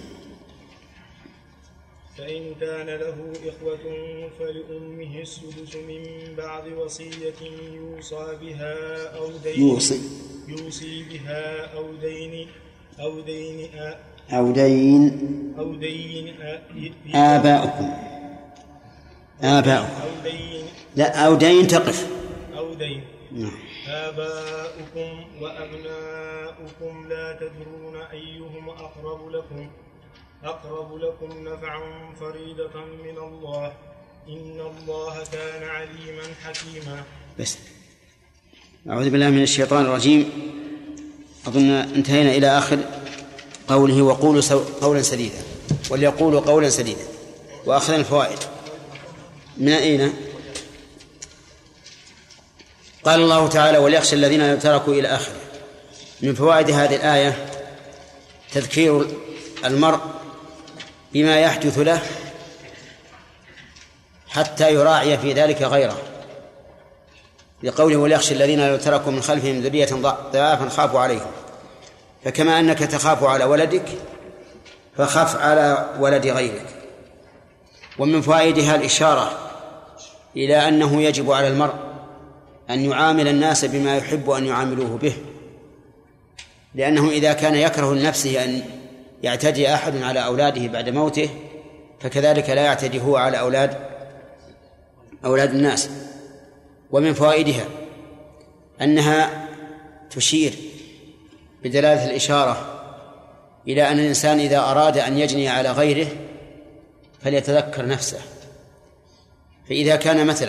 فإن كان له إخوة فلأمه السدس من بعد وصية يوصى بها أو دين يوصي يوصي بها أو دين أو دين أو دين أو دين آباؤكم آباؤكم أو دين لا أو دين تقف أو دين نعم. آباؤكم وأبناؤكم لا تدرون أيهم أقرب لكم أقرب لكم نفعا فريدة من الله إن الله كان عليما حكيما. بس أعوذ بالله من الشيطان الرجيم. أظن انتهينا إلى آخر قوله وقولوا قولا سديدا، وليقولوا قولا سديدا، وأخذنا الفوائد من أين؟ قال الله تعالى وليخشى الذين لو تركوا إلى آخره. من فوائد هذه الآية تذكير المرء بما يحدث له حتى يراعي في ذلك غيره، لقوله وليخشى الذين لو تركوا من خلفهم ذرية ضعافا خافوا عليهم. فكما أنك تخاف على ولدك فخف على ولد غيرك. ومن فوائدها الإشارة إلى أنه يجب على المرء أن يعامل الناس بما يحب أن يعاملوه به، لأنه إذا كان يكره لنفسه أن يعتدي أحد على أولاده بعد موته فكذلك لا يعتدي هو على أولاد أولاد الناس. ومن فوائدها أنها تشير بدلالة الإشارة إلى أن الإنسان إذا أراد أن يجني على غيره فليتذكر نفسه. فإذا كان مثلا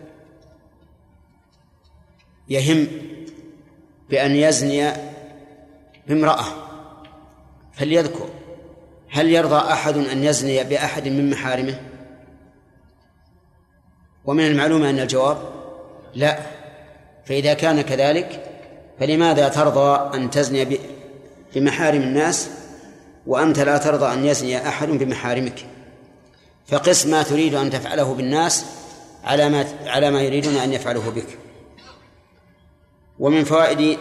يهم بأن يزني بامرأة فليذكر هل يرضى أحد أن يزني بأحد من محارمه؟ ومن المعلوم أن الجواب لا. فإذا كان كذلك فلماذا ترضى أن تزني بمحارم الناس وأنت لا ترضى أن يزني أحد بمحارمك؟ فقس ما تريد أن تفعله بالناس على ما على ما يريدون أن يفعله بك. ومن فوائد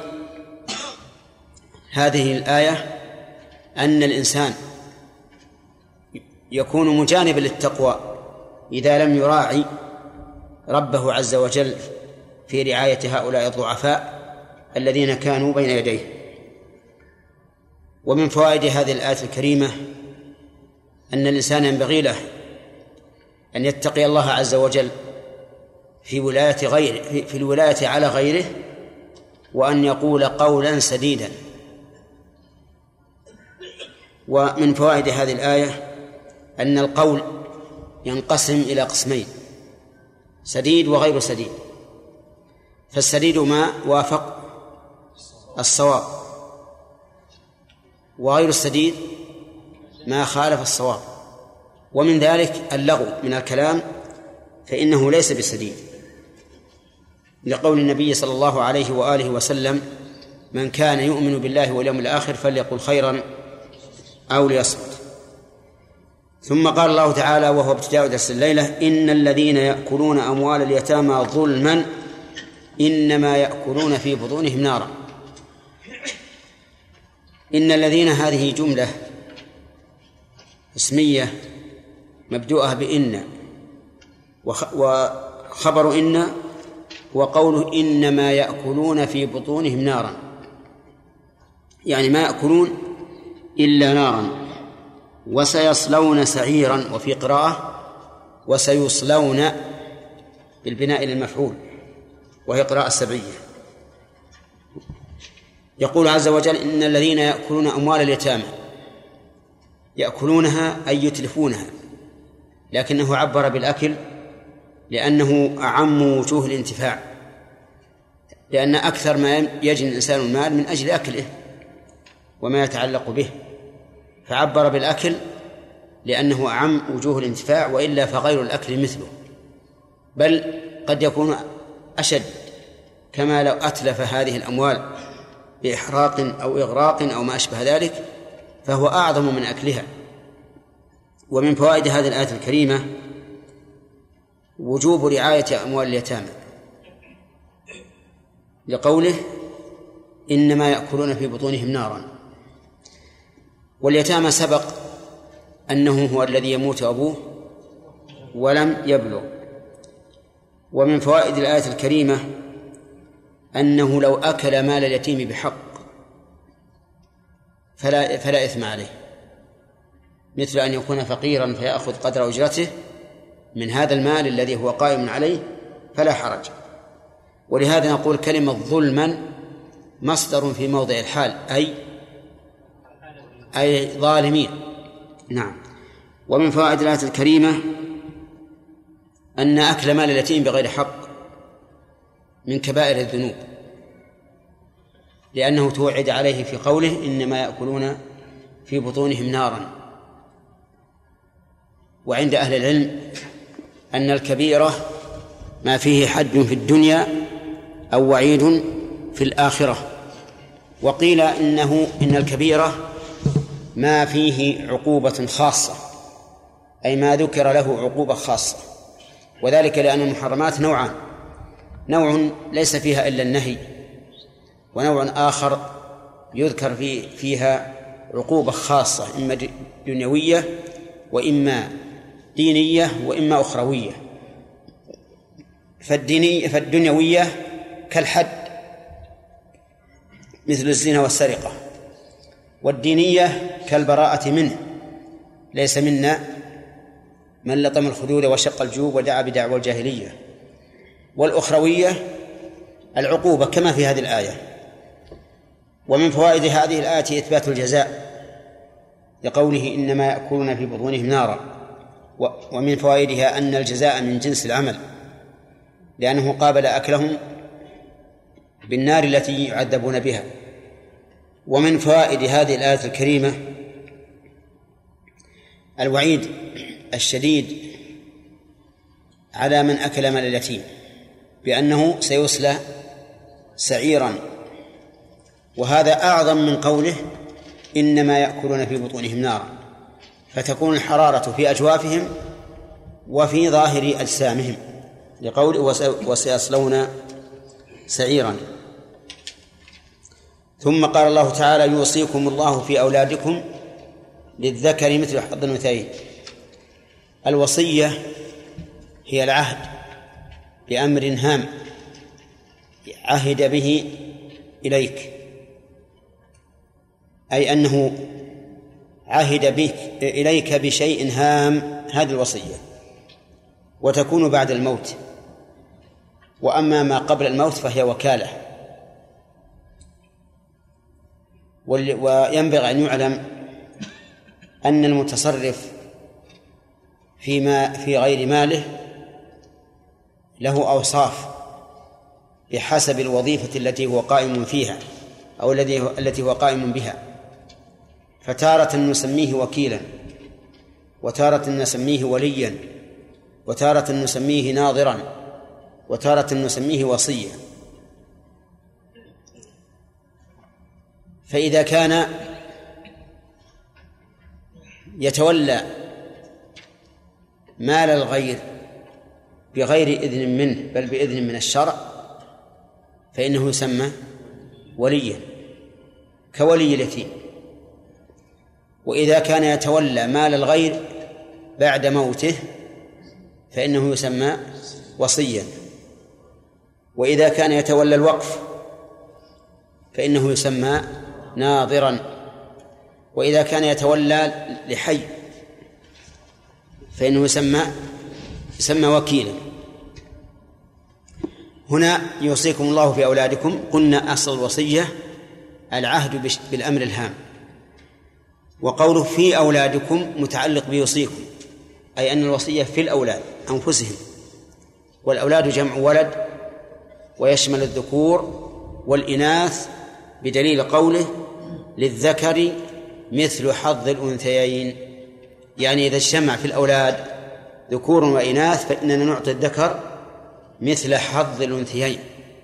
هذه الآية أن الإنسان يكون مجانبا للتقوى إذا لم يراعي ربه عز وجل في رعاية هؤلاء الضعفاء الذين كانوا بين يديه. ومن فوائد هذه الآية الكريمة أن الإنسان ينبغي له أن يتقي الله عز وجل في ولاية غيره في الولاية على غيره، وأن يقول قولا سديدا. ومن فوائد هذه الآية أن القول ينقسم إلى قسمين: سديد وغير سديد. فالسديد ما وافق الصواب، وغير السديد ما خالف الصواب. ومن ذلك اللغو من الكلام فإنه ليس بسديد، لقول النبي صلى الله عليه وآله وسلم: من كان يؤمن بالله واليوم الآخر فليقل خيرا أو ليصمت. ثم قال الله تعالى وهو ابتداء درس الليلة: إن الذين يأكلون أموال اليتامى ظلما إنما يأكلون في بطونهم نارا. إن الذين هذه جملة اسمية مبدوءة بإن، وخبر إن وقوله إنما يأكلون في بطونهم نارا، يعني ما يأكلون إلا نارا. وسيصلون سعيرا، وفي قراءة وسيصلون بالبناء للمفعول، وهي قراءة سبعية. يقول عز وجل: إن الذين يأكلون أموال اليتامى، يأكلونها أي يتلفونها، لكنه عبر بالأكل لأنه أعم وجوه الانتفاع، لأن أكثر ما يجني الإنسان المال من أجل أكله وما يتعلق به، فعبر بالأكل لأنه أعم وجوه الانتفاع، وإلا فغير الأكل مثله، بل قد يكون أشد، كما لو أتلف هذه الأموال بإحراق أو إغراق أو ما أشبه ذلك فهو أعظم من أكلها. ومن فوائد هذه الآية الكريمة وجوب رعاية أموال اليتامى، لقوله: إنما يأكلون في بطونهم نارا. واليتامى سبق أنه هو الذي يموت أبوه ولم يبلغ. ومن فوائد الآية الكريمة أنه لو أكل مال اليتيم بحق فلا, فلا إثم عليه، مثل أن يكون فقيرا فيأخذ قدر أجرته من هذا المال الذي هو قائم عليه فلا حرج. ولهذا نقول كلمة ظلما مصدر في موضع الحال، أي أي ظالمين. نعم. ومن فوائد الآية الكريمة أن أكل مال اليتيم بغير حق من كبائر الذنوب، لأنه توعد عليه في قوله: إنما يأكلون في بطونهم نارا. وعند أهل العلم أن الكبيرة ما فيه حد في الدنيا أو وعيد في الآخرة. وقيل إنه إن الكبيرة ما فيه عقوبة خاصة، أي ما ذكر له عقوبة خاصة، وذلك لأن المحرمات نوعان: نوع ليس فيها إلا النهي، ونوع آخر يذكر في فيها عقوبة خاصة إما دنيوية وإما دينية وإما أخروية. فالدينية فالدنيوية كالحد مثل الزنا والسرقة، والدينية كالبراءة منه، ليس منا من لطم الخدود وشق الجيوب ودعا بدعوى الجاهلية. والأخروية العقوبة كما في هذه الآية. ومن فوائد هذه الآية إثبات الجزاء لقوله إنما يأكلون في بطونهم نارا، ومن فوائدها أن الجزاء من جنس العمل، لأنه قابل أكلهم بالنار التي يعذبون بها. ومن فوائد هذه الآية الكريمة الوعيد الشديد على من أكل مال اليتيم بأنه سيصلى سعيرا، وهذا أعظم من قوله إنما يأكلون في بطونهم نارا، فتكون الحرارة في أجوافهم وفي ظاهر أجسامهم، لقوله وسيصلون سعيرا. ثم قال الله تعالى يوصيكم الله في أولادكم للذكر مثل حظ الأنثيين. الوصية هي العهد بأمر هام عهد به إليك، أي أنه عهد بك إليك بشيء هام، هذه الوصية، وتكون بعد الموت. وأما ما قبل الموت فهي وكالة. وينبغي أن يعلم أن المتصرف فيما في غير ماله له أوصاف بحسب الوظيفة التي هو قائم فيها أو التي هو قائم بها، فتارة نسميه وكيلا، وتارة نسميه وليا، وتارة نسميه ناظرا، وتارة نسميه وصيا. فإذا كان يتولى مال الغير بغير إذن منه بل بإذن من الشرع فإنه يسمى وليا كولي اليتيم. وإذا كان يتولى مال الغير بعد موته فإنه يسمى وصيا. وإذا كان يتولى الوقف فإنه يسمى ناظرا. وإذا كان يتولى لحي فإنه يسمى يسمى وكيلا. هنا يوصيكم الله في أولادكم، قلنا أصل الوصية العهد بالأمر الهام، وقوله في أولادكم متعلق بيوصيكم، أي أن الوصية في الأولاد أنفسهم، والأولاد جمع ولد ويشمل الذكور والإناث بدليل قوله للذكر مثل حظ الأنثيين، يعني إذا اجتمع في الأولاد ذكور وإناث فإننا نعطي الذكر مثل حظ الأنثيين.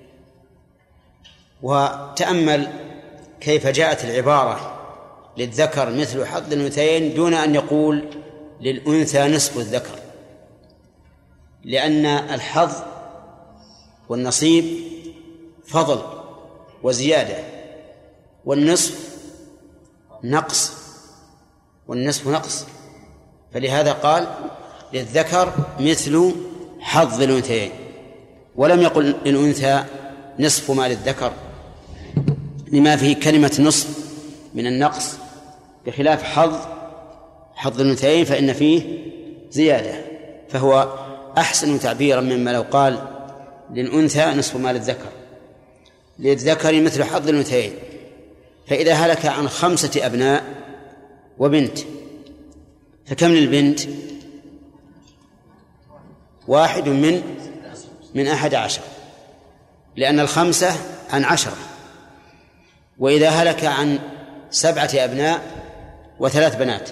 وتأمل كيف جاءت العبارة للذكر مثل حظ الأنثيين دون أن يقول للأنثى نصف الذكر، لأن الحظ والنصيب فضل وزيادة، والنصف نقص والنصف نقص، فلهذا قال للذكر مثل حظ الأنثيين، ولم يقل للأنثى نصف ما للذكر لما فيه كلمة نصف من النقص، بخلاف حظ حظ الأنثيين فإن فيه زيادة، فهو أحسن تعبيرا مما لو قال للأنثى نصف ما للذكر. للذكر مثل حظ الأنثيين، فإذا هلك عن خمسة أبناء وبنت فكم للبنت؟ واحد من من أحد عشر، لأن الخمسة عن عشرة. وإذا هلك عن سبعة أبناء وثلاث بنات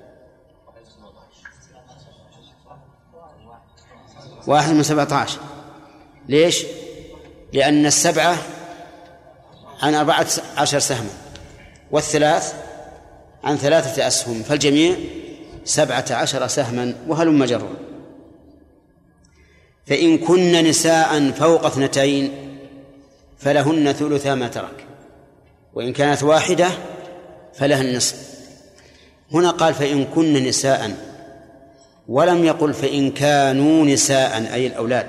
واحد من سبعة عشر. ليش؟ لأن السبعة عن أربعة عشر سهما والثلاث عن ثلاثة أسهم، فالجميع سبعة عشر سهما وهلم جرا. فإن كن نساء فوق اثنتين فلهن ثلثا ما ترك، وإن كانت واحدة فلها النصف. هنا قال فإن كن نساء، ولم يقل فإن كانوا نساء أي الأولاد،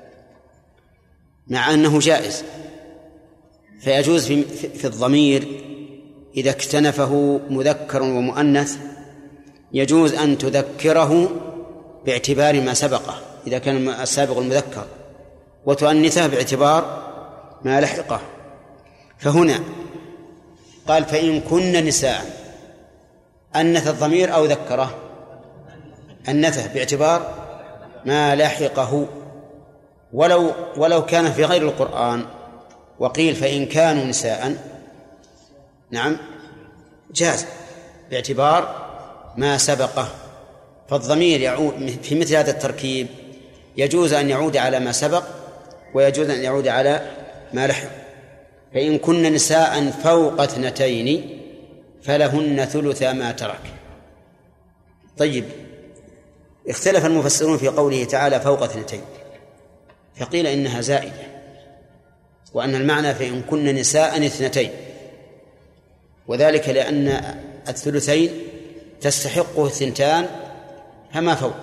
مع أنه جائز، فيجوز في, في الضمير إذا اكتنفه مذكر ومؤنث يجوز أن تذكره باعتبار ما سبقه إذا كان السابق المذكر، وتؤنثه باعتبار ما لحقه. فهنا قال فإن كن نساء، أنث الضمير أو ذكره؟ أنثه باعتبار ما لحقه. ولو ولو كان في غير القرآن وقيل فإن كانوا نساء، نعم جاز باعتبار ما سبقه. فالضمير يعود في مثل هذا التركيب يجوز أن يعود على ما سبق ويجوز أن يعود على ما لحق. فإن كن نساء فوق اثنتين فلهن ثلث ما ترك. طيب، اختلف المفسرون في قوله تعالى فوق اثنتين، فقيل إنها زائدة، وأن المعنى فإن كن نساء اثنتين، وذلك لأن الثلثين تستحقه الثنتان فما فوق.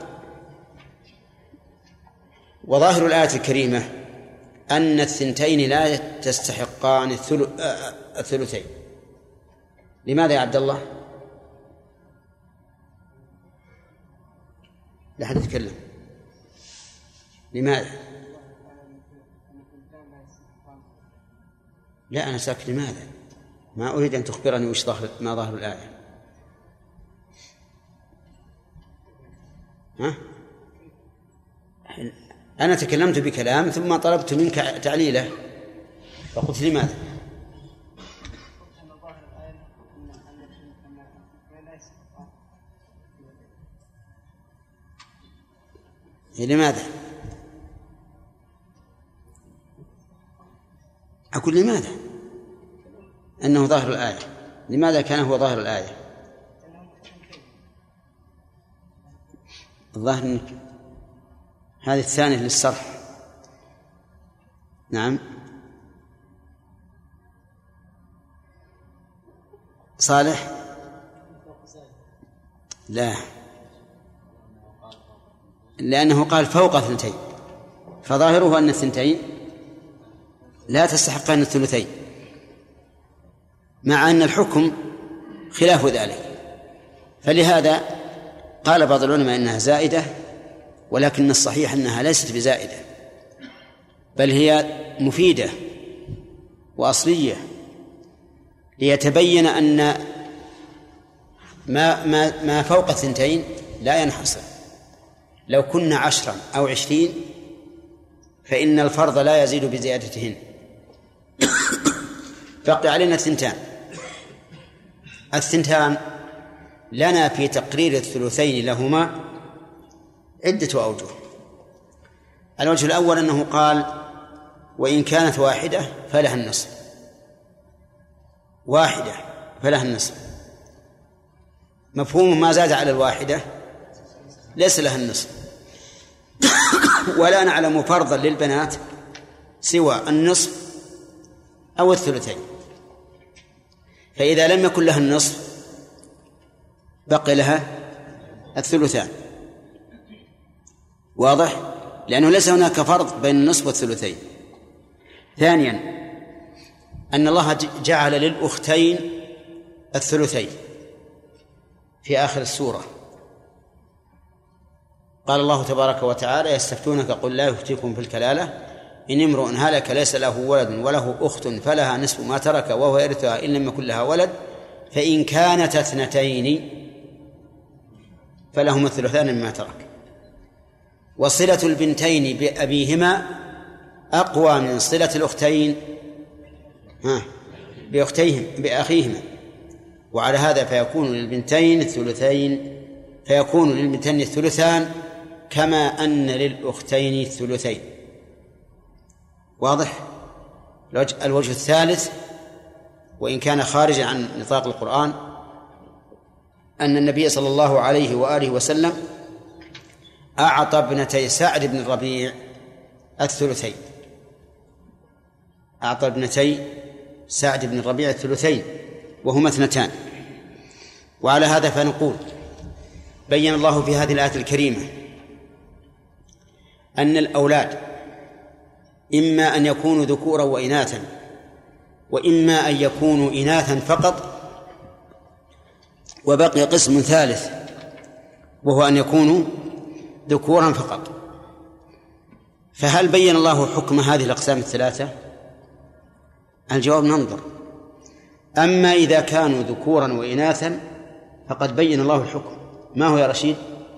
وظاهر الآية الكريمة أن الثنتين لا تستحقان الثلثين. لماذا يا عبد الله؟ لا أحد يتكلم. لماذا؟ لا أنا ساكت. لماذا؟ ما أريد أن تخبرني وش ظاهر ما ظاهر الآية. ها؟ أنا تكلمت بكلام ثم طلبت منك تعليله فقلت لماذا؟ لماذا؟ أقول لماذا؟ أنه ظاهر الآية. لماذا كان هو ظاهر الآية؟ الظاهر أنك هذه الثانية للصرح. نعم صالح. لا، لأنه قال فوق اثنتين، فظاهره أن الثنتين لا تستحقان الثلثين، مع أن الحكم خلاف ذلك. فلهذا قال بعض العلماء إنها زائدة، ولكن الصحيح أنها ليست بزائدة، بل هي مفيدة وأصلية، ليتبين أن ما, ما, ما فوق الثنتين لا ينحصر. لو كنا عشرا أو عشرين فإن الفرض لا يزيد بزيادتهن، فقط علينا الثنتان. الثنتان لنا في تقرير الثلثين لهما عدة أوجه. الوجه الأول أنه قال وإن كانت واحدة فلها النصف، واحدة فلها النصف، مفهوم ما زاد على الواحدة ليس لها النصف. ولا نعلم فرضا للبنات سوى النصف أو الثلثين، فإذا لم يكن لها النصف بقي لها الثلثان. واضح؟ لأنه ليس هناك فرض بين النصف والثلثين. ثانيا أن الله جعل للأختين الثلثين في آخر السورة. قال الله تبارك وتعالى يستفتونك قل لا يفتيكم في الكلالة إن امرؤ هلك ليس له ولد وله أخت فلها نصف ما ترك وهو يرثها إن لم يكن لها ولد فإن كانت اثنتين فلهما الثلثان مما ترك. وصلة البنتين بأبيهما أقوى من صلة الأختين ها بأختيهم بأخيهما، وعلى هذا فيكون للبنتين الثلثين فيكون للبنتين الثلثان كما أن للأختين الثلثين. واضح؟ الوجه الثالث وإن كان خارجا عن نطاق القرآن أن النبي صلى الله عليه وآله وسلم أعطى ابنتي سعد بن الربيع الثلثين، أعطى ابنتي سعد بن الربيع الثلثين وهما اثنتان. وعلى هذا فنقول بين الله في هذه الآية الكريمة أن الأولاد إما أن يكونوا ذكورا وإناثا، وإما أن يكونوا إناثا فقط، وبقي قسم ثالث وهو أن يكونوا ذكورا فقط. فهل بين الله حكم هذه الأقسام الثلاثة؟ الجواب ننظر. أما إذا كانوا ذكورا وإناثا فقد بين الله الحكم. ما هو يا رشيد؟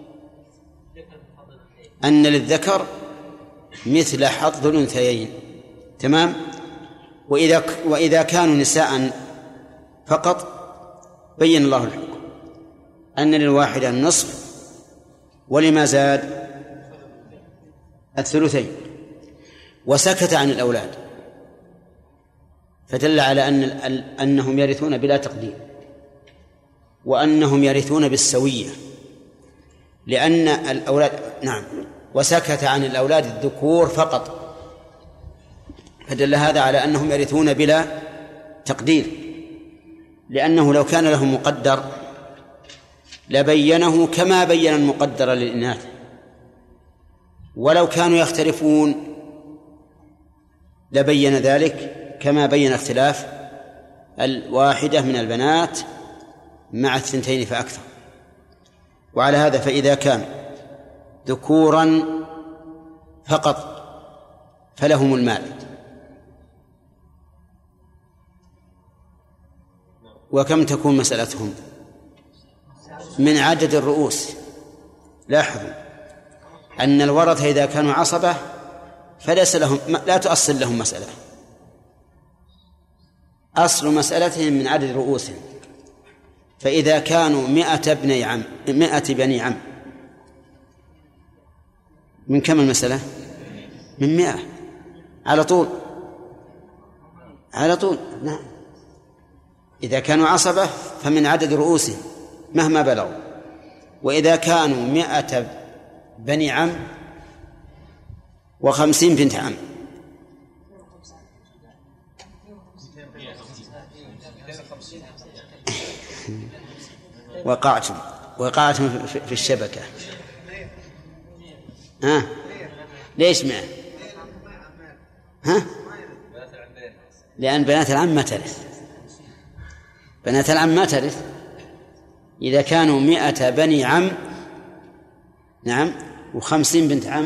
أن للذكر مثل حظ الأنثيين، تمام. وإذا وإذا كانوا نساء فقط بين الله الحكم أن للواحدة النصف ولما زاد الثلثين، وسكت عن الأولاد، فدل على أن أنهم يرثون بلا تقدير، وأنهم يرثون بالسوية، لأن الأولاد نعم وسكت عن الأولاد الذكور فقط، فدل هذا على أنهم يرثون بلا تقدير، لأنه لو كان لهم مقدر لبينه كما بين المقدر للإناث، ولو كانوا يختلفون لبين ذلك كما بين اختلاف الواحدة من البنات مع الثنتين فأكثر. وعلى هذا فإذا كان ذكورا فقط فلهم المال، وكم تكون مسألتهم؟ من عدد الرؤوس. لاحظوا أن الورثة إذا كانوا عصبة فليس لهم، لا تؤصل لهم مسألة، أصل مسألتهم من عدد رؤوسهم. فإذا كانوا مئة بني عم مئة بني عم من كم المسألة؟ من مئة على طول على طول نعم. إذا كانوا عصبة فمن عدد رؤوسهم مهما بلغوا. وإذا كانوا مئة بني عم وخمسين بنت عم وقعتم وقعتم في الشبكة. ها ليش معه؟ ها لأن بنات العم ما ترث، بنات العم ما ترث. إذا كانوا مئة بني عم نعم وخمسين بنت عم،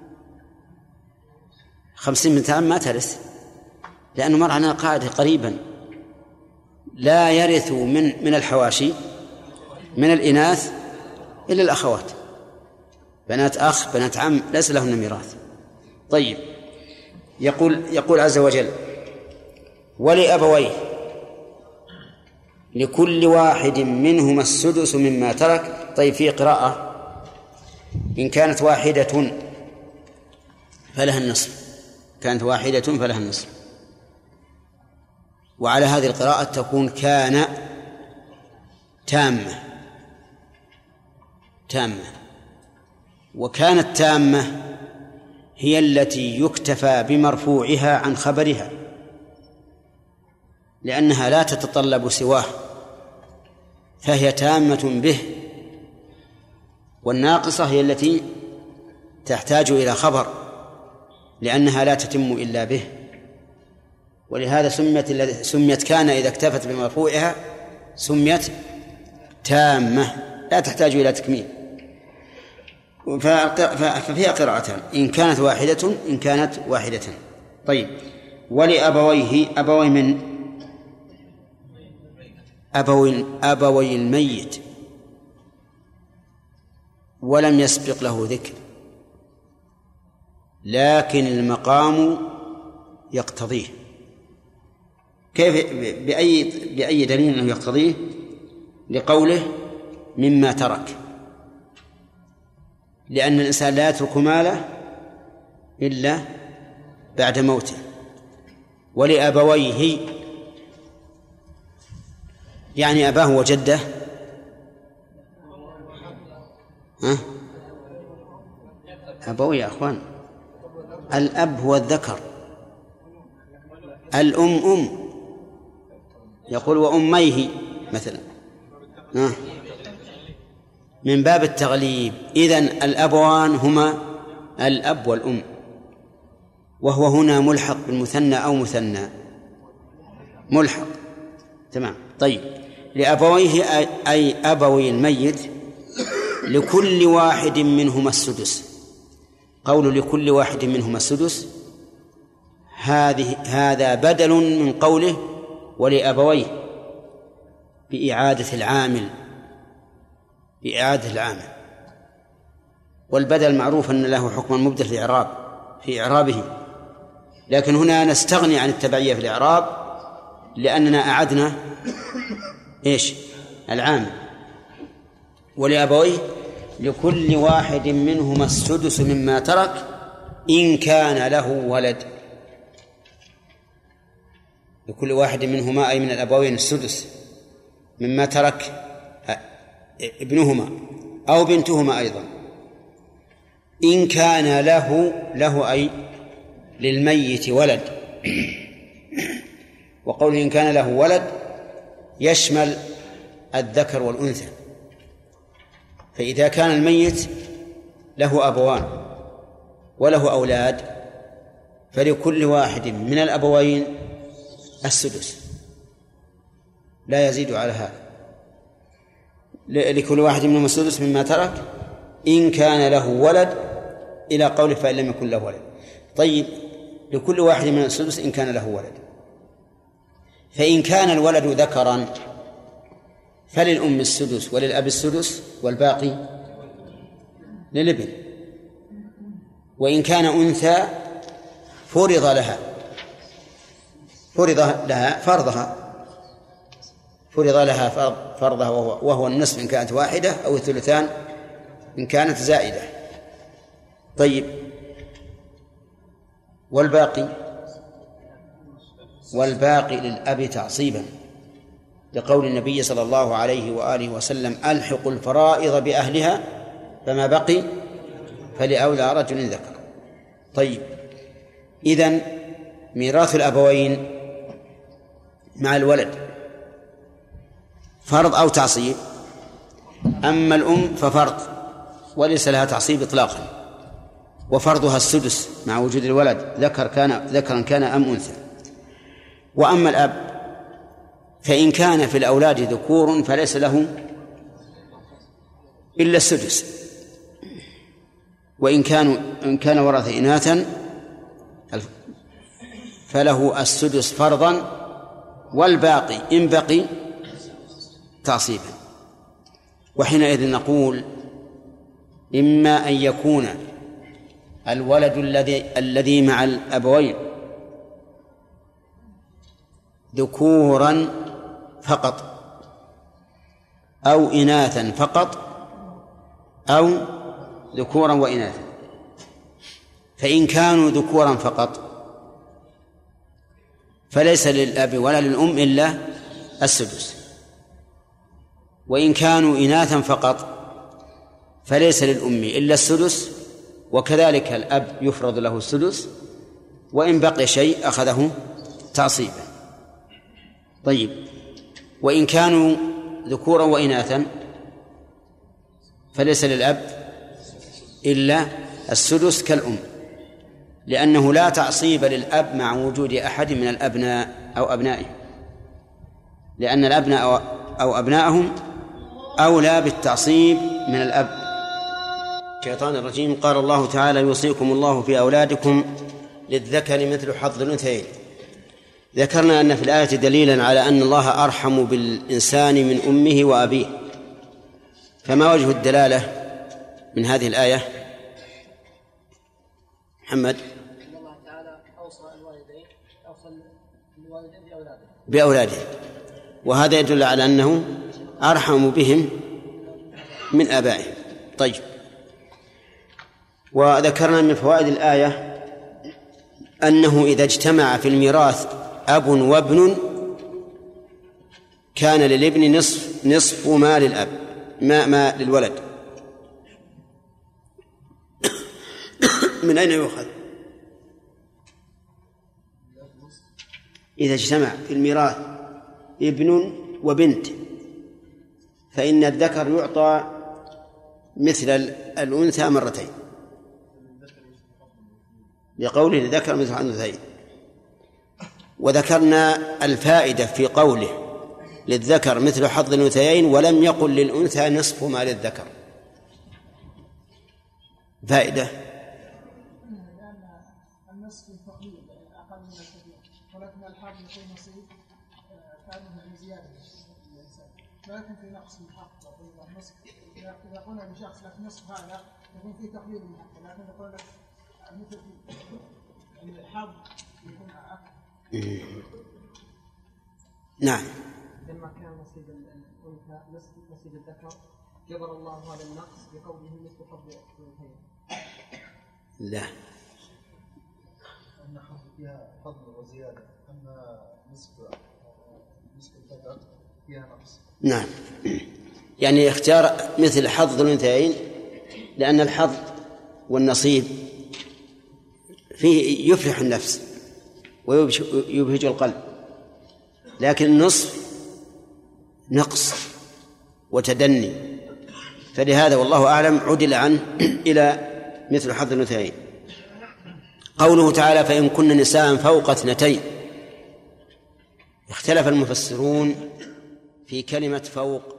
خمسين بنت عم ما ترث، لأنه مر عنا قاعدة قريبا لا يرث من من الحواشي من الإناث إلا الأخوات، بنات أخ بنات عم ليس لهن ميراث. طيب يقول يقول عز وجل ولأبويه لكل واحد منهما السدس مما ترك. طيب في قراءة إن كانت واحدة فلها النصف، كانت واحدة فلها النصف. وعلى هذه القراءة تكون كان تامة تامة وكانت تامة هي التي يكتفى بمرفوعها عن خبرها، لأنها لا تتطلب سواه فهي تامة به. والناقصة هي التي تحتاج إلى خبر لأنها لا تتم إلا به، ولهذا سميت سميت كان إذا اكتفت بمرفوعها سميت تامة لا تحتاج إلى تكميل. ففيها قراءتان إن كانت واحدة إن كانت واحدة. طيب ولأبويه أبوي من أبوي أبوي الميت ولم يسبق له ذكر، لكن المقام يقتضيه. كيف بأي بأي دليل أنه يقتضيه؟ لقوله مما ترك، لأن الإنسان لا يترك ماله إلا بعد موته. ولأبويه يعني أباه وجده. ها أبوي يا أخوان الأب هو الذكر، الأم أم، يقول وأميه مثلا آه. من باب التغليب. إذن الأبوان هما الأب والأم، وهو هنا ملحق بالمثنى أو مثنى ملحق. تمام. طيب، لأبويه أي أبوي الميت لكل واحد منهما السدس. قول لكل واحد منهما السدس هذه هذا بدل من قوله ولأبويه بإعادة العامل بإعادة العامل والبدل معروف أن له حكم مبدل في إعراب في إعرابه، لكن هنا نستغني عن التبعية في الإعراب لأننا أعدنا إيش العامل. ولأبويه لكل واحد منهما السدس مما ترك إن كان له ولد. لكل واحد منهما أي من الأبوين السدس مما ترك ابنهما أو بنتهما أيضا إن كان له له أي للميت ولد. وقوله إن كان له ولد يشمل الذكر والأنثى، فإذا كان الميت له أبوان وله أولاد فلكل واحد من الأبوين السدس لا يزيد على هذا، لكل واحد منهم السدس مما ترك إن كان له ولد إلى قوله فإن لم يكن له ولد. طيب، لكل واحد من السدس إن كان له ولد، فإن كان الولد ذكرا فللأم السدس وللأب السدس والباقي للابن، وإن كان أنثى فرض لها فرض لها فرضها فرض لها فرضها وهو, وهو النصف إن كانت واحدة أو الثلثان إن كانت زائدة. طيب، والباقي والباقي للأب تعصيبا لقول النبي صلى الله عليه وآله وسلم ألحق الفرائض بأهلها فما بقي فلأولى رجل ذكر. طيب، إذن ميراث الأبوين مع الولد فرض أو تعصيب؟ أما الأم ففرض وليس لها تعصيب إطلاقا، وفرضها السدس مع وجود الولد ذكر كان ذكرا كان أم أنثى. وأما الأب فإن كان في الأولاد ذكور فليس له إلا السدس، وإن كانوا إن كان ورث إناثا فله السدس فرضا والباقي إن بقي تعصيبا. وحينئذ نقول إما أن يكون الولد الذي الذي مع الأبوين ذكورا فقط أو إناثا فقط أو ذكورا وإناثا. فإن كانوا ذكورا فقط فليس للأب ولا للأم إلا السدس، وإن كانوا إناثا فقط فليس للأم إلا السدس، وكذلك الأب يفرض له السدس، وإن بقي شيء أخذه تعصيبا. طيب، وإن كانوا ذكورا وإناثا فليس للأب إلا السدس كالأم، لأنه لا تعصيب للأب مع وجود أحد من الأبناء أو أبنائه، لأن الأبناء أو أبنائهم أولى بالتعصيب من الأب. الشيطان الرجيم. قال الله تعالى يوصيكم الله في أولادكم للذكر مثل حظ الأنثيين. ذكرنا أن في الآية دليلا على أن الله أرحم بالإنسان من أمه وأبيه، فما وجه الدلالة من هذه الآية؟ محمد. الله تعالى أوصى الوالدين أوصى الوالدين بأولادهم بأولادهم، وهذا يدل على أنه أرحم بهم من آبائهم. طيب، وذكرنا من فوائد الآية أنه إذا اجتمع في الميراث أب وابن كان للابن نصف نصف ما للأب ما ما للولد. من أين يؤخذ؟ إذا اجتمع في الميراث ابن وبنت فإن الذكر يعطى مثل الأنثى مرتين، لقوله الذكر مثل الأنثيين. وذكرنا الفائدة في قوله للذكر مثل حظ الأنثيين ولم يقل للأنثى نصف ما للذكر. فائدة لأن النصف تقليل أقل من الكثير، ولكن الحظ في نصيب كانه زيادة الإنسان، ولكن في نقص من حق النصف. إذا قلنا لشخص لك نصف هذا يكون في تقليل من حقه، لكن يقول لك مثل الحظ يكون أكثر. نعم. لما كان نصيب الأنثى نصف نصيب الذكر جبر الله هذا النقص بقوله مثل حظ الأنثيين. لا. أن حظ فيها فضل وزيادة، أما نصف نصف الذكر فيها نقص. نعم. يعني اختيار مثل حظ الأنثيين لأن الحظ والنصيب فيه يفرح النفس ويبهج القلب، لكن النصف نقص وتدني، فلهذا والله أعلم عدل عنه إلى مثل حظ الأنثيين. قوله تعالى فإن كن نساء فوق اثنتين، اختلف المفسرون في كلمة فوق